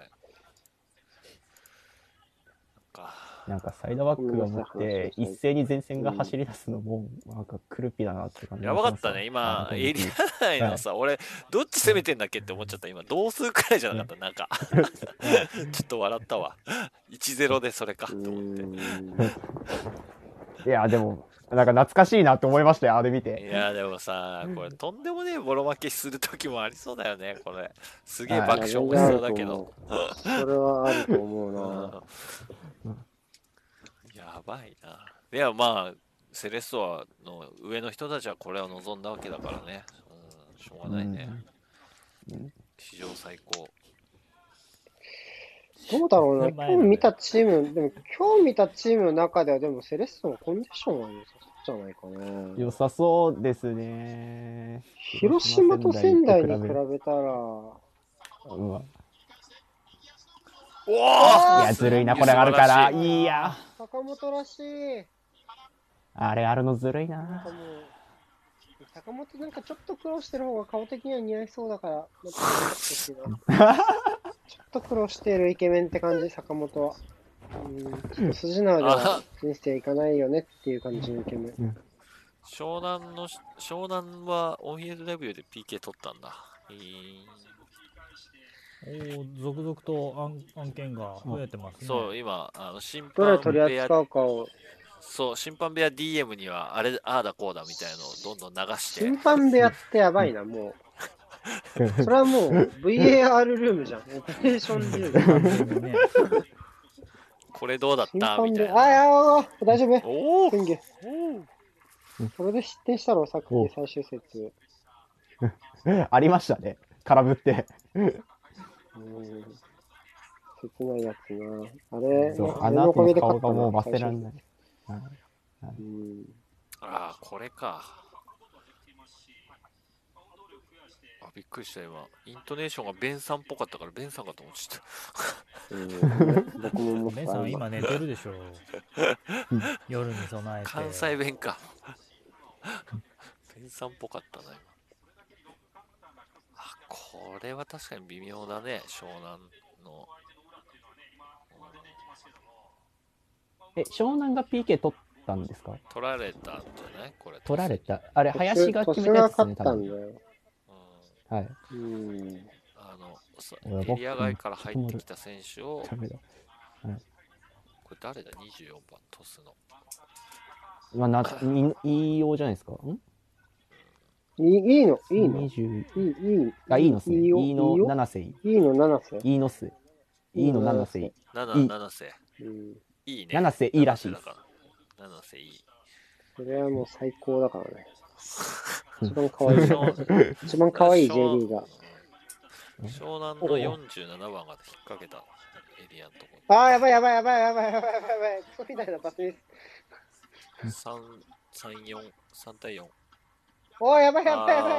Speaker 3: なんかサイドバックが持って一斉に前線が走り出すのもなんかクルピだなって感じ。
Speaker 5: やばかったね今エリア内のさ、俺どっち攻めてんだっけって思っちゃった。今同数くらいじゃなかった。なんかちょっと笑ったわ。1-0でそれかと思って。
Speaker 3: いやでもなんか懐かしいなって思いましたよ、あれ見て。
Speaker 5: いやでもさ、これとんでもねえボロ負けする時もありそうだよね。これすげえ爆笑しそうだけど。
Speaker 1: それはあると思うな。
Speaker 5: やばいな。いやまあセレッソの上の人たちはこれを望んだわけだからね、しょうがないね。史上最高。
Speaker 1: どうだろうな、今日見たチームの中ではでもセレッソのコンディションは良さそうじゃないかな。
Speaker 3: 良さそうですね。
Speaker 1: 広島と仙台に比べたら、
Speaker 3: いやずるいな、これあるから。いや
Speaker 1: 坂本らしい。
Speaker 3: あれあるのずるいな。
Speaker 1: 坂本なんかちょっと苦労してる方が顔的には似合いそうだから、ちょっと苦労しているイケメンって感じ、坂本は。ちょっと筋縄では人生いかないよねっていう感じのイケメン。
Speaker 5: 湘南はオンフィールドレビューで PK 取ったんだ。
Speaker 4: 続々と案件が増えてますね。
Speaker 5: そう、今、審
Speaker 1: どれ
Speaker 5: 判部屋、
Speaker 1: 取り扱うかを。
Speaker 5: そう、審判部屋 DM には、あれ、ああだこうだみたいのをどんどん流して。
Speaker 1: 審判部屋ってやばいな、もう。それはもう VAR ルームじゃん。オペレーションルーム。
Speaker 5: これどうだったみたいな。
Speaker 1: 大丈夫
Speaker 5: お
Speaker 1: 宣言。それで失点したろ、さっき最終節。
Speaker 3: ありましたね。空振って。
Speaker 1: 切ないやつな。あれ、
Speaker 3: あの後の顔がもう忘れられない。
Speaker 5: ああ、これか。びっくりした今。イントネーションがベンさんっぽかったからベンさんかと思っちゃった。
Speaker 1: 僕も
Speaker 4: ベンさん今寝てるでしょ。夜に備えて。
Speaker 5: 関西弁か。ベンさんっぽかったな今。あ、これは確かに微妙だね、湘南の。
Speaker 3: 湘南が PK 取ったんですか？
Speaker 5: 取られたんじゃないこれ。
Speaker 3: 取られた。あれ、林が決めたやつですね、多分。はい。
Speaker 5: エリア外から入ってきた選手を。これ誰だ ?24 番、トスの。
Speaker 3: いいようじゃないですか。
Speaker 1: いいの
Speaker 3: いいのですね。いいの7世。
Speaker 1: いいの7世。
Speaker 3: いいの世。いいの7世。
Speaker 5: 7世。いいね。
Speaker 3: 7世いいらしいです。
Speaker 5: 7世いい。
Speaker 1: それはもう最高だからね。一番可愛い。一番可愛い J リーガー。
Speaker 5: 湘南の47番が引っ掛けたエリアのとこ
Speaker 1: ろ。やばい。クソみたいなパスミ
Speaker 5: ス。3対4。
Speaker 1: やばい。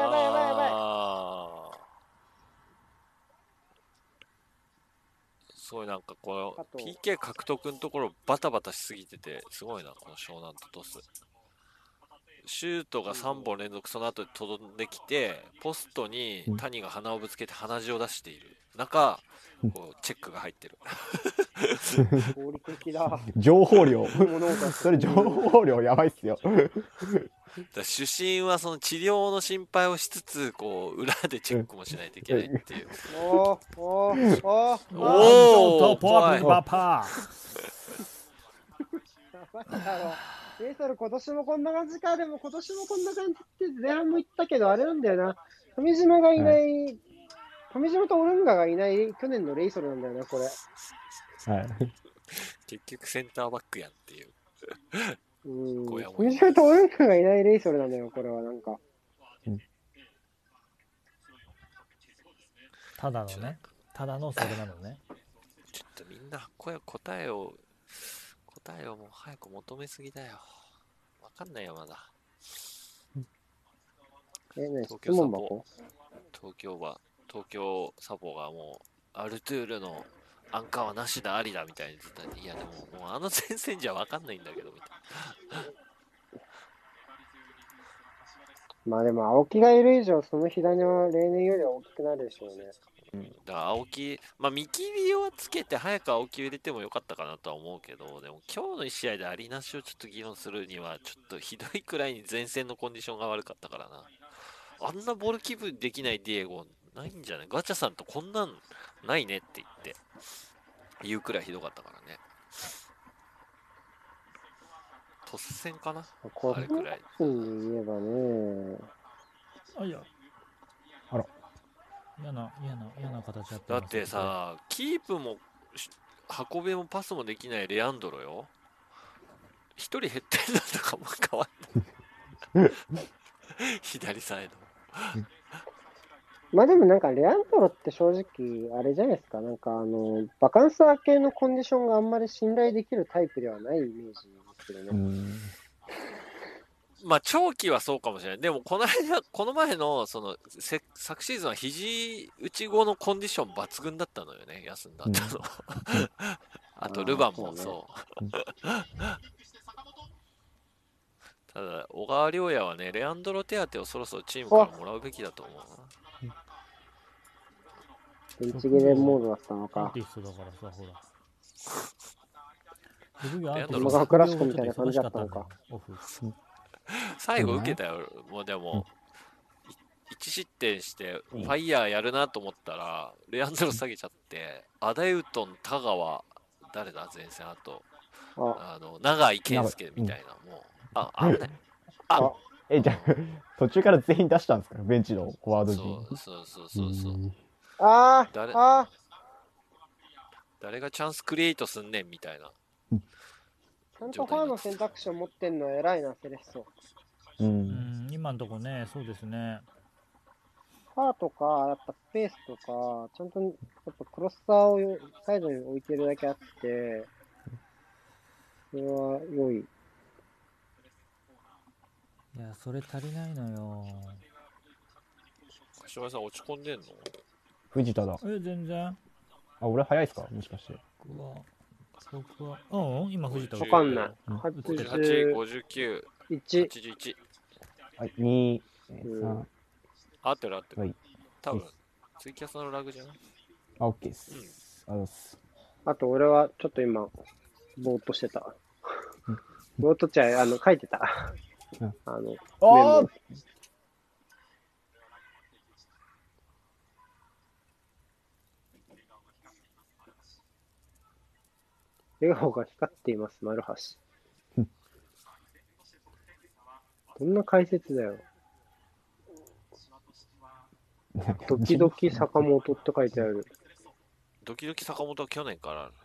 Speaker 5: すごいなんかこの PK 獲得のところバタバタしすぎててすごいな、この湘南とトス。シュートが3本連続その後で飛んできてポストに谷が鼻をぶつけて鼻血を出している中、こうチェックが入ってる。
Speaker 1: 合理的だ。
Speaker 3: 情報量それ情報量やばいっすよ。
Speaker 5: 主審はその治療の心配をしつつこう裏でチェックもしないといけないっていう。
Speaker 1: お
Speaker 5: お
Speaker 4: ポアピバパ
Speaker 1: だろう。レイソル今年もこんな感じか。でも今年もこんな感じって前半も言ったけど、あれなんだよな。富島がいない、富島とオルンガがいない去年のレイソルなんだよな、これ。
Speaker 3: はい。
Speaker 5: 結局センターバックやんっていう。
Speaker 1: 富島とオルンガがいないレイソルなんだよ、これはなんか。
Speaker 4: ただのね。ただのそれなのね。
Speaker 5: ちょっとみんな答えをもう早く求めすぎだよ。わかんないよまだ。
Speaker 1: 質問箱？
Speaker 5: 東京サポがもうアルトゥールのアンカーはなしだありだみたいに言ってた。いやでももうあの前線じゃわかんないんだけどみたいな。
Speaker 1: まあでも青木がいる以上その火種は例年よりは大きくなるでしょうね。
Speaker 5: だから青木、見切りをつけて早く青木を入れてもよかったかなとは思うけど、でも今日の1試合でありなしをちょっと議論するにはちょっとひどいくらいに前線のコンディションが悪かったからな。あんなボールキープできないディエゴないんじゃない？ガチャさんとこんなんないねって言うくらいひどかったからね。突戦かなあれくらい。
Speaker 1: 言えばね。
Speaker 4: あ、いや。
Speaker 3: あら。
Speaker 4: 嫌な形やって
Speaker 5: だってさ、キープも運びもパスもできないレアンドロよ。一人減ってんだとかも変わんない。左サイド。
Speaker 1: まあでもなんかレアンドロって正直あれじゃないですか。なんかバカンス明けのコンディションがあんまり信頼できるタイプではないイメージですけどね。
Speaker 5: 長期はそうかもしれない。でもこの前の昨シーズンは肘打ち後のコンディション抜群だったのよね。休んだ後の。あとルヴァンもそう。ただ小川亮也はね、レアンドロ手当をそろそろチームからもらうべきだと思うな。
Speaker 1: ベンチゲレモードだったのか。
Speaker 4: アーティストだからさ、ほら。
Speaker 1: 山川クラシコみたいな感じだったのか。
Speaker 5: 最後受けたよ。もうでも、1失点してファイヤーやるなと思ったら、レアンドロ下げちゃって、アダイウトン、田川、誰だ前線、あと、長井健介みたいな、もう、あんね。
Speaker 3: じゃあ、途中から全員出したんですかベンチのフォワード陣。
Speaker 5: そう。誰がチャンスクリエイトすんねんみたいな。
Speaker 1: ちゃんとファーの選択肢を持ってんのは偉いな、セレッソ。
Speaker 4: 今のとこね、そうですね。
Speaker 1: ファーとか、やっぱスペースとか、ちゃんとやっぱクロスターをサイドに置いてるだけあって、それは良い。
Speaker 4: いや、それ足りないのよ。
Speaker 5: 柏さん落ち込んでんの？
Speaker 3: 藤田だ。
Speaker 4: 全然。
Speaker 3: あ、俺早いっすかもしかして。
Speaker 4: 僕は、今藤田
Speaker 1: わかんない。
Speaker 5: 88、59、81。
Speaker 3: はい、2、3。
Speaker 5: 合ってる。
Speaker 3: はい。
Speaker 5: 多分、ツイキャスのラグじゃない？
Speaker 3: あ、OK です。
Speaker 1: あと、俺はちょっと今、ぼーっとしてた。ぼーっと書いてた。メモ。笑顔が光っています、丸橋。どんな解説だよ。ドキドキ坂本って書いてある。
Speaker 5: ドキドキ坂本は去年からある。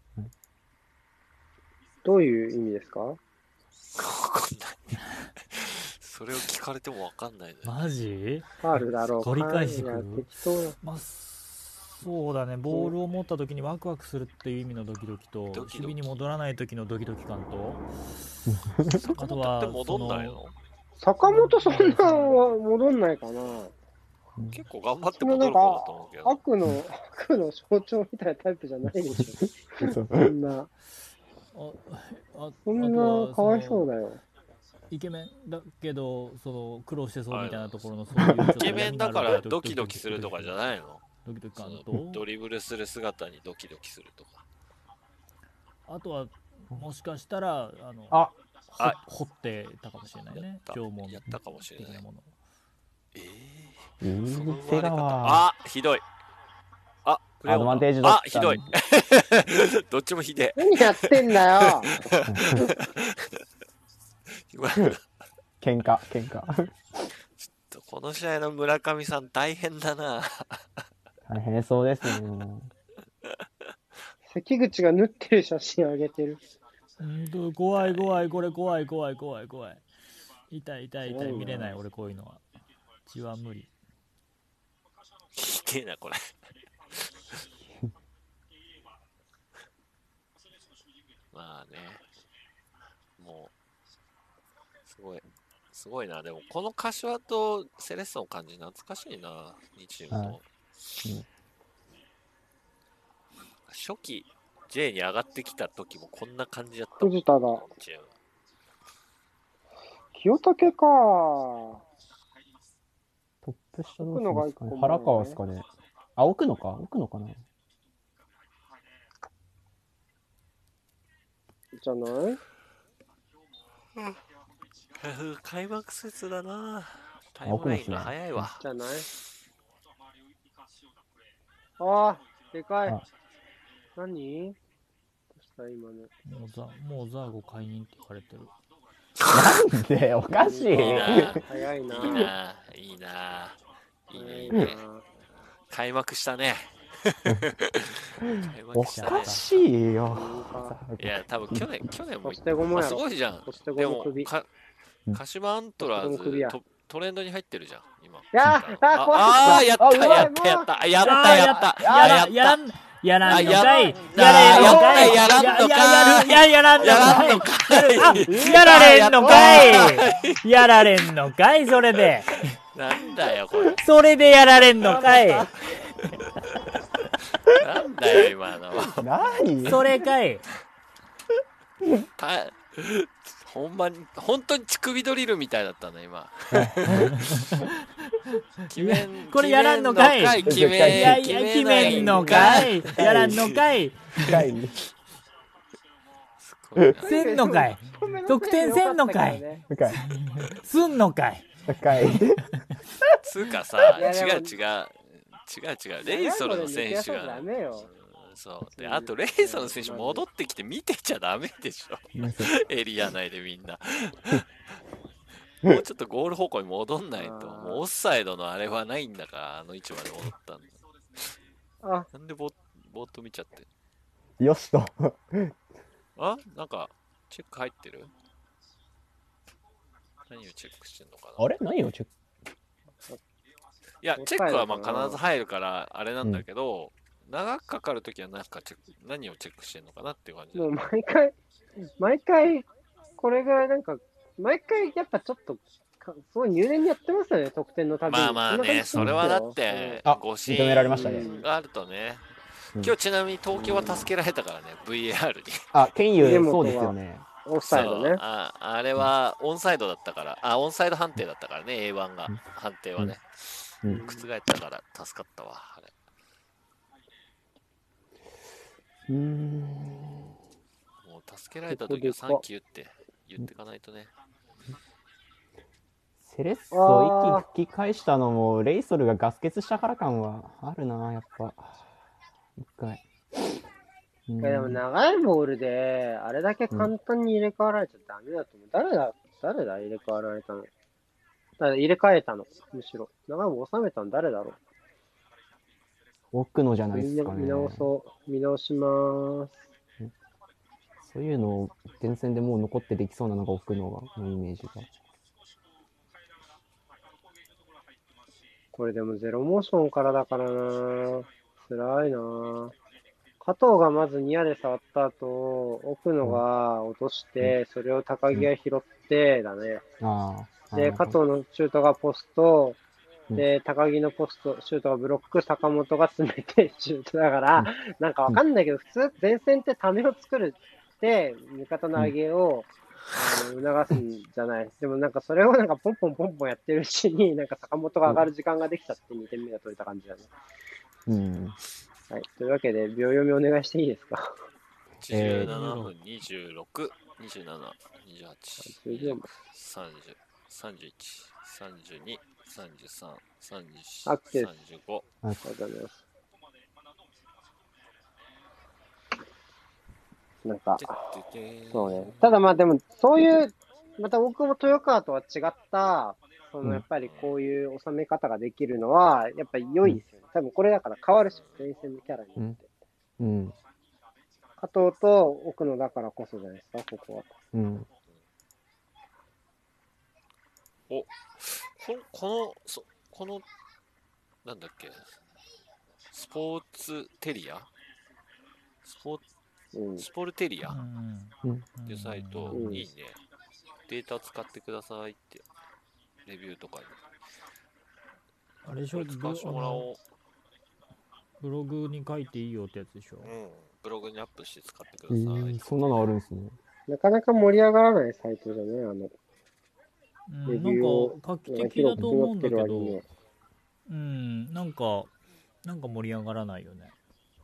Speaker 1: どういう意味ですか？
Speaker 5: わかんない。それを聞かれてもわかんないね。
Speaker 4: マジ？
Speaker 1: ファールだろう。
Speaker 4: 取り返してくる？
Speaker 1: 適当だ。
Speaker 4: そうだね、ボールを持った時にワクワクするっていう意味のドキドキと、守備に戻らない時のドキドキ感と、
Speaker 5: あとは戻んないの？
Speaker 1: 坂本そんな戻んないかな。
Speaker 5: 結構頑張って戻る方だと思うけど。
Speaker 1: 悪の象徴みたいなタイプじゃないでしょ。そんな。そんなかわいそうだよ。
Speaker 4: イケメンだけど苦労してそうみたいなところのそういう
Speaker 5: イケメンだからドキドキするとかじゃないの？
Speaker 4: ドキドキ感と
Speaker 5: ドリブルする姿にドキドキするとか。
Speaker 4: あとはもしかしたら掘ってたかもしれないね。縄文
Speaker 5: やったかもしれない。
Speaker 3: 瀬川。
Speaker 5: ひどい。
Speaker 3: アドバンテージだった。
Speaker 5: ひどい。どっちもひでえ。
Speaker 1: 何やってんだよ。
Speaker 3: 喧嘩。
Speaker 5: この試合の村上さん大変だな。
Speaker 3: 大変そうですね。
Speaker 1: 関口が縫ってる写真あげてる。
Speaker 4: 怖い、これ怖い。痛い、見れない、俺こういうのは。血は無理。
Speaker 5: ひでえな、これ。まあね。もう、すごいな。でも、この柏とセレッソの感じ懐かしいな。2チームと。
Speaker 3: はい
Speaker 5: 初期 J に上がってきた時もこんな感じだった。
Speaker 1: 藤田だ。
Speaker 5: チーム
Speaker 1: 清武か。
Speaker 3: トップ下どうしますかね。原川ですかね。あ、奥野かな。
Speaker 1: じゃない
Speaker 5: 開幕節だな。タイムラインが早いわ。
Speaker 1: じゃないあー、でかい。何どうした今の。
Speaker 4: もうザーゴ解任って言われてる。
Speaker 3: なんでおかしい。
Speaker 1: 早いな。
Speaker 5: いいね。開幕したね。
Speaker 3: おかしいよ。
Speaker 5: いや、多分去年もすごいじゃん。
Speaker 1: でも、
Speaker 5: 鹿島アントラーズトレンドに入ってるじゃん、今。
Speaker 1: やった。
Speaker 5: やらんのかい。やらん
Speaker 4: のかいそれで。
Speaker 5: なんだよ、これ。
Speaker 4: それでやられんのかい。
Speaker 5: なんだよ、今の。
Speaker 3: 何
Speaker 4: それかい。
Speaker 5: 本当に乳首ドリルみたいだったね、今。
Speaker 4: これやらんのかい。決めんのかい。やらんのかい。せんのかい。得点せんのかい。すんのかい。
Speaker 5: つうかさ、違う。レイソルの選手が。そうで、あとレイソルの選手戻ってきて見てちゃダメでしょ。エリア内でみんな。もうちょっとゴール方向に戻んないと。もうオフサイドのあれはないんだから、あの位置まで戻ったんだ。なんでボーッと見ちゃって。
Speaker 3: よしと。
Speaker 5: なんか、チェック入ってる？何をチェックしてんのかな？
Speaker 3: あれ何をチェック？
Speaker 5: いや、チェックはまあ必ず入るから、あれなんだけど、長くかかるときは何をチェックしてんのかなっていう感じ。
Speaker 1: もう毎回、これぐらい毎回やっぱちょっと、すごい入念にやってますよね、得点のたびに。
Speaker 5: まあね、それはだって、
Speaker 3: 認められましたね。
Speaker 5: があるとね。今日ちなみに東京は助けられたからね、VAR に。
Speaker 3: ケンユそうですよね。
Speaker 1: オフサイドね。
Speaker 5: あれはオンサイドだったから、オンサイド判定だったからね、A1 が、判定はね。覆ったから助かったわ、あれ。もう助けられた時はサンキューって言っていかないとね。
Speaker 3: セレッソ息吹き返したのもレイソルがガス欠したから感はあるな、やっぱ。一回。
Speaker 1: でも長いボールであれだけ簡単に入れ替わられちゃダメだと思う。誰だ入れ替わられたの。入れ替えたの、むしろ。長いボール収めたの誰だろう。
Speaker 3: 奥野じゃないですかね。
Speaker 1: 見直しまーす。
Speaker 3: そういうのを前線でもう残ってできそうなのが奥野のイメージが。
Speaker 1: これでもゼロモーションからだからな。辛いな。加藤がまずニアで触った後、奥野が落として、それを高木が拾ってだね。で、加藤のシュートがポスト、で、高木のポスト、シュートがブロック、坂本が詰めてシュートだから、なんかわかんないけど、普通、前線ってためを作るって、味方の上げを、促すんじゃない。でもなんかそれをなんかポンポンやってるうちに、なんか坂本が上がる時間ができちゃって2点目が取れた感じだね。はい。というわけで、秒読みお願いしていいですか。
Speaker 5: 17分26、27、28、30、31、32、33、34、35。
Speaker 1: ありがとうございます。 なんか、
Speaker 5: てってて
Speaker 1: そうね。ただまあでも、そういう、また僕も豊川とは違った、そのやっぱりこういう収め方ができるのは、やっぱり良いですよね。多分これだから変わるし、前線のキャラによって。
Speaker 3: うん。
Speaker 1: 加藤と奥野だからこそじゃないですか、ここは。
Speaker 3: うん。
Speaker 5: この、なんだっけ、スポーツテリアスポルテリアっ
Speaker 3: うん。
Speaker 5: ていうサイト、
Speaker 1: うん
Speaker 5: いいね。データ使ってくださいって、レビューとかに。
Speaker 4: あれでしょ、
Speaker 5: これ使わせてもらおう。
Speaker 4: ブログに書いていいよってやつでしょ。
Speaker 5: ブログにアップして使ってください。
Speaker 3: そんなのあるんですね。
Speaker 1: なかなか盛り上がらないサイトじゃね、レ
Speaker 4: なん
Speaker 1: ビューを
Speaker 4: か画期的だと思うんだけ
Speaker 1: 広く載ってる割に
Speaker 4: ど
Speaker 1: は、
Speaker 4: なんか盛り上がらないよね。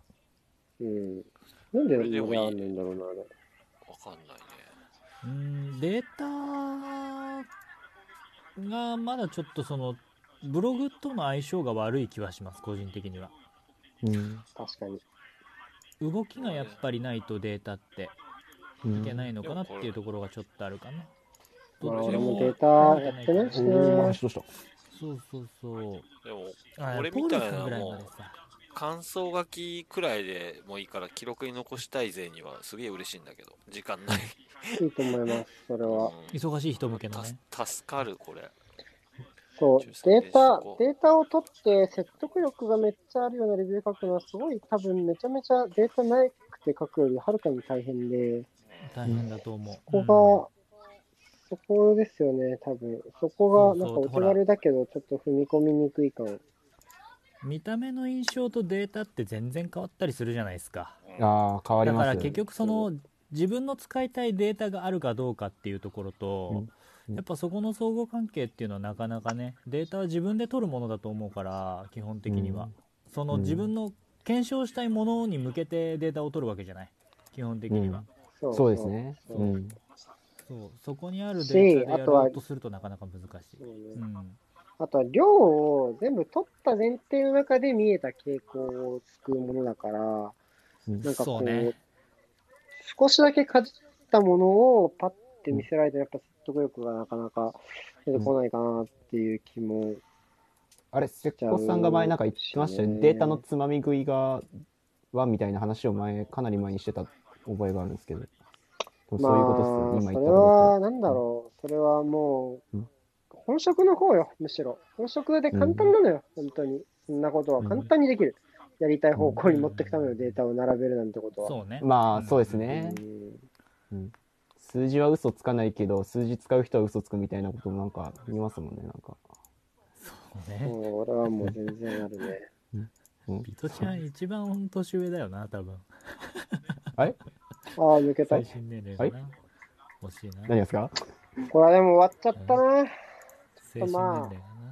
Speaker 1: なんで盛り上がらないんだろうな、あれ。
Speaker 5: わかんないね。
Speaker 4: データがまだちょっとそのブログとの相性が悪い気はします、個人的には。
Speaker 1: 確かに。
Speaker 4: 動きがやっぱりないとデータっていけないのかなっていうところがちょっとあるかな。
Speaker 1: まあ、俺もデータやってないしな。
Speaker 3: どうした？
Speaker 4: そうそうそう。
Speaker 5: でも、
Speaker 4: あ
Speaker 5: 俺みたいな
Speaker 4: ポールさんぐらい
Speaker 5: もう
Speaker 4: までさ、
Speaker 5: 感想書きくらいでもいいから記録に残したい勢にはすげえ嬉しいんだけど、時間ない。
Speaker 1: いいと思います、それは。
Speaker 4: 忙しい人向けのね。
Speaker 5: 助かる、これ。
Speaker 1: そう、デー
Speaker 5: 13
Speaker 1: タを取って説得力がめっちゃあるようなレビュー書くのはすごい多分めちゃめちゃデータなくて書くよりはるかに大変で、
Speaker 4: 大変だと思う。
Speaker 1: そこですよね、多分。そこがなんかお手軽だけどちょっと踏み込みにくい感。
Speaker 4: 見た目の印象とデータって全然変わったりするじゃないですか。
Speaker 3: ああ、変わりますよね。
Speaker 4: だから結局その自分の使いたいデータがあるかどうかっていうところと、やっぱそこの相互関係っていうのはなかなかね、データは自分で取るものだと思うから、基本的には、その自分の検証したいものに向けてデータを取るわけじゃない、基本的には。
Speaker 3: そうですね。
Speaker 4: そこにあるデータでやろうとするとなかなか難しい。
Speaker 1: あとは量を全部取った前提の中で見えた傾向を救うものだから、なんかこう、少しだけかじったものをパッて見せられて、やっぱ説得力がなかなか出てこないかなっていう気も。
Speaker 3: あれ、せっこさんが前なんか言ってましたよね。データのつまみ食いはみたいな話をかなり前にしてた覚えがあるんですけど。そういうことですよ、今言ったこと。
Speaker 1: それは、なんだろう。それはもう、本職の方よ、むしろ。本職で簡単なのよ、本当に。そんなことは簡単にできる。やりたい方向に持っていくためのデータを並べるなんてことは。
Speaker 4: そうね。
Speaker 3: まあ、そうですね。数字は嘘つかないけど、数字使う人は嘘つくみたいなこともなんか見ますもんね、なんか。
Speaker 4: そうね。
Speaker 1: 俺はもう全然あるね。
Speaker 4: ビトちゃん一番年上だよな、多分。
Speaker 3: はい
Speaker 1: 抜けた。
Speaker 4: 最新年齢がな。欲しいな。
Speaker 3: 何ですか？
Speaker 1: これはでも終わっちゃったな。
Speaker 4: 精神年齢がな。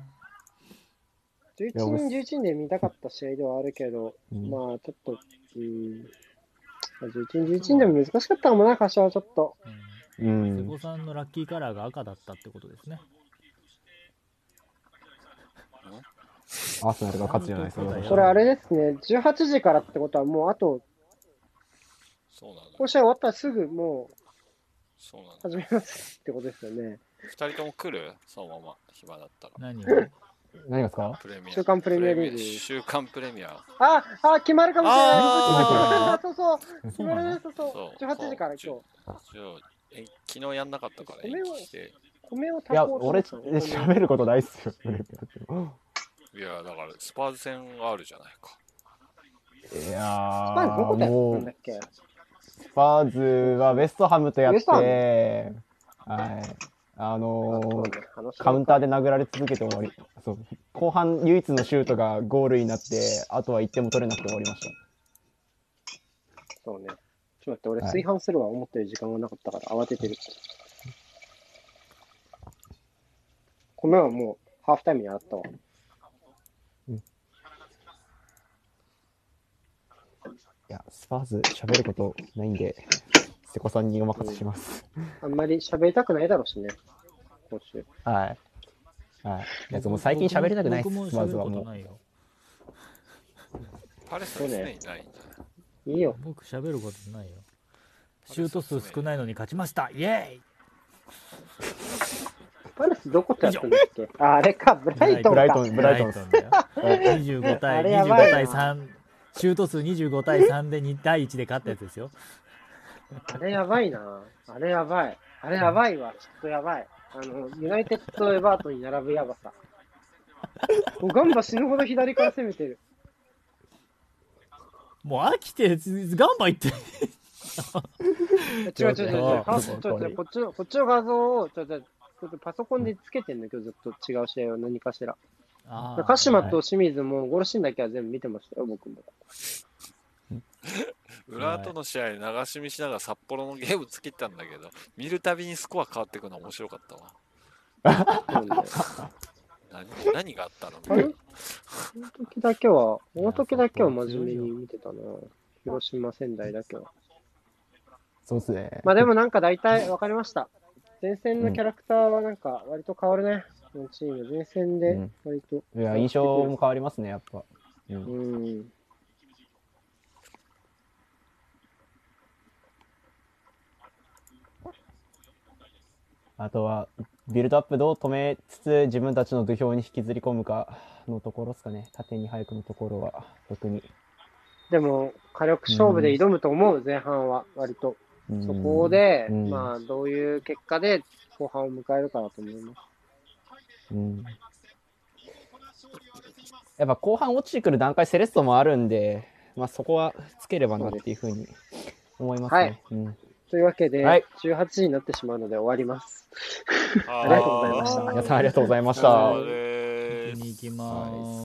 Speaker 1: 11人11人で見たかった試合ではあるけど、まあちょっと、11人11人でも難しかったかもな、柏はちょっと。
Speaker 4: 瀬古さんのラッキーカラーが赤だったってことですね。
Speaker 3: アーセナルが勝つじゃないですか。
Speaker 1: それあれですね、18時からってことはもうあと、この試合終わったらすぐもう始めますってことですよね。
Speaker 5: 2人とも来る？そのまま暇だったら。
Speaker 3: 何ですか？
Speaker 1: 週刊プレミアリーグ。
Speaker 5: 週刊プレミア。
Speaker 1: 決まるかもしれない。そう。決まる、そう。18時から今日。
Speaker 5: 昨日やんなかったから延期して。
Speaker 3: いや、俺、喋ることないっすよ。
Speaker 5: いや、だからスパーズ戦があるじゃないか。
Speaker 3: いやー、もう、スパーズはウェストハムとやって、はい。カウンターで殴られ続けて終わり。そう。後半唯一のシュートがゴールになって、あとは1点も取れなくて終わりました。
Speaker 1: そうね。ちょっと待って、俺炊飯するわ、思ったより時間がなかったから慌ててる。米はもうハーフタイムに洗ったわ。
Speaker 3: いや、スパーズ喋ることないんで、瀬古さんにお任せします。
Speaker 1: あんまり喋りたくないだろうしね、今週。
Speaker 3: はい。いや、もう最近喋りたくないです、スパーズはもう。
Speaker 5: パレスは常にないんだ。
Speaker 1: いいよ。
Speaker 4: 僕喋ることないよ。 シュート数少ないのに勝ちましたイエーイ。
Speaker 1: パレスどことやったんだっけ？あれか、ブライトンか。
Speaker 3: ブライトン
Speaker 4: だよ。25対
Speaker 1: あれやばいな
Speaker 4: 25対3、シュート数25対3で第1で勝ったやつですよ。
Speaker 1: あれやばいな。あれやばい。あれやばいわ。ちょっとやばい。ユナイテッド・エバートンに並ぶやばさ。もうガンバ死ぬほど左から攻めてる。
Speaker 4: もう飽きてガンバ行って。
Speaker 1: 違う。こっちの画像をちょっとパソコンでつけてんだけど、ずっと違う試合を何かしら。鹿島と清水もゴールシーンだけは全部見てましたよ、僕も。
Speaker 5: 浦和との試合流し見しながら札幌のゲームつけたんだけど、見るたびにスコア変わっていくの面白かったわ。何があったの？
Speaker 1: この時だけは真面目に見てたな。広島、仙台だけは。
Speaker 3: そうですね。
Speaker 1: まあでもなんか大体分かりました。前線のキャラクターはなんか割と変わるね。このチーム、前線で割と。
Speaker 3: いや、印象も変わりますね、やっぱ。あとは、ビルドアップどう止めつつ自分たちの土俵に引きずり込むかのところですかね。縦に早くのところは、特に。
Speaker 1: でも、火力勝負で挑むと思う、前半は、割と。そこで、まあ、どういう結果で後半を迎えるかなと思います。
Speaker 3: やっぱ後半落ちてくる段階、セレッソもあるんで、まあそこはつければなっていうふうに思いますね。
Speaker 1: というわけで、18時になってしまうので終わります。ありがとうございました。
Speaker 3: 皆さんありがとうございました。
Speaker 4: に行きます。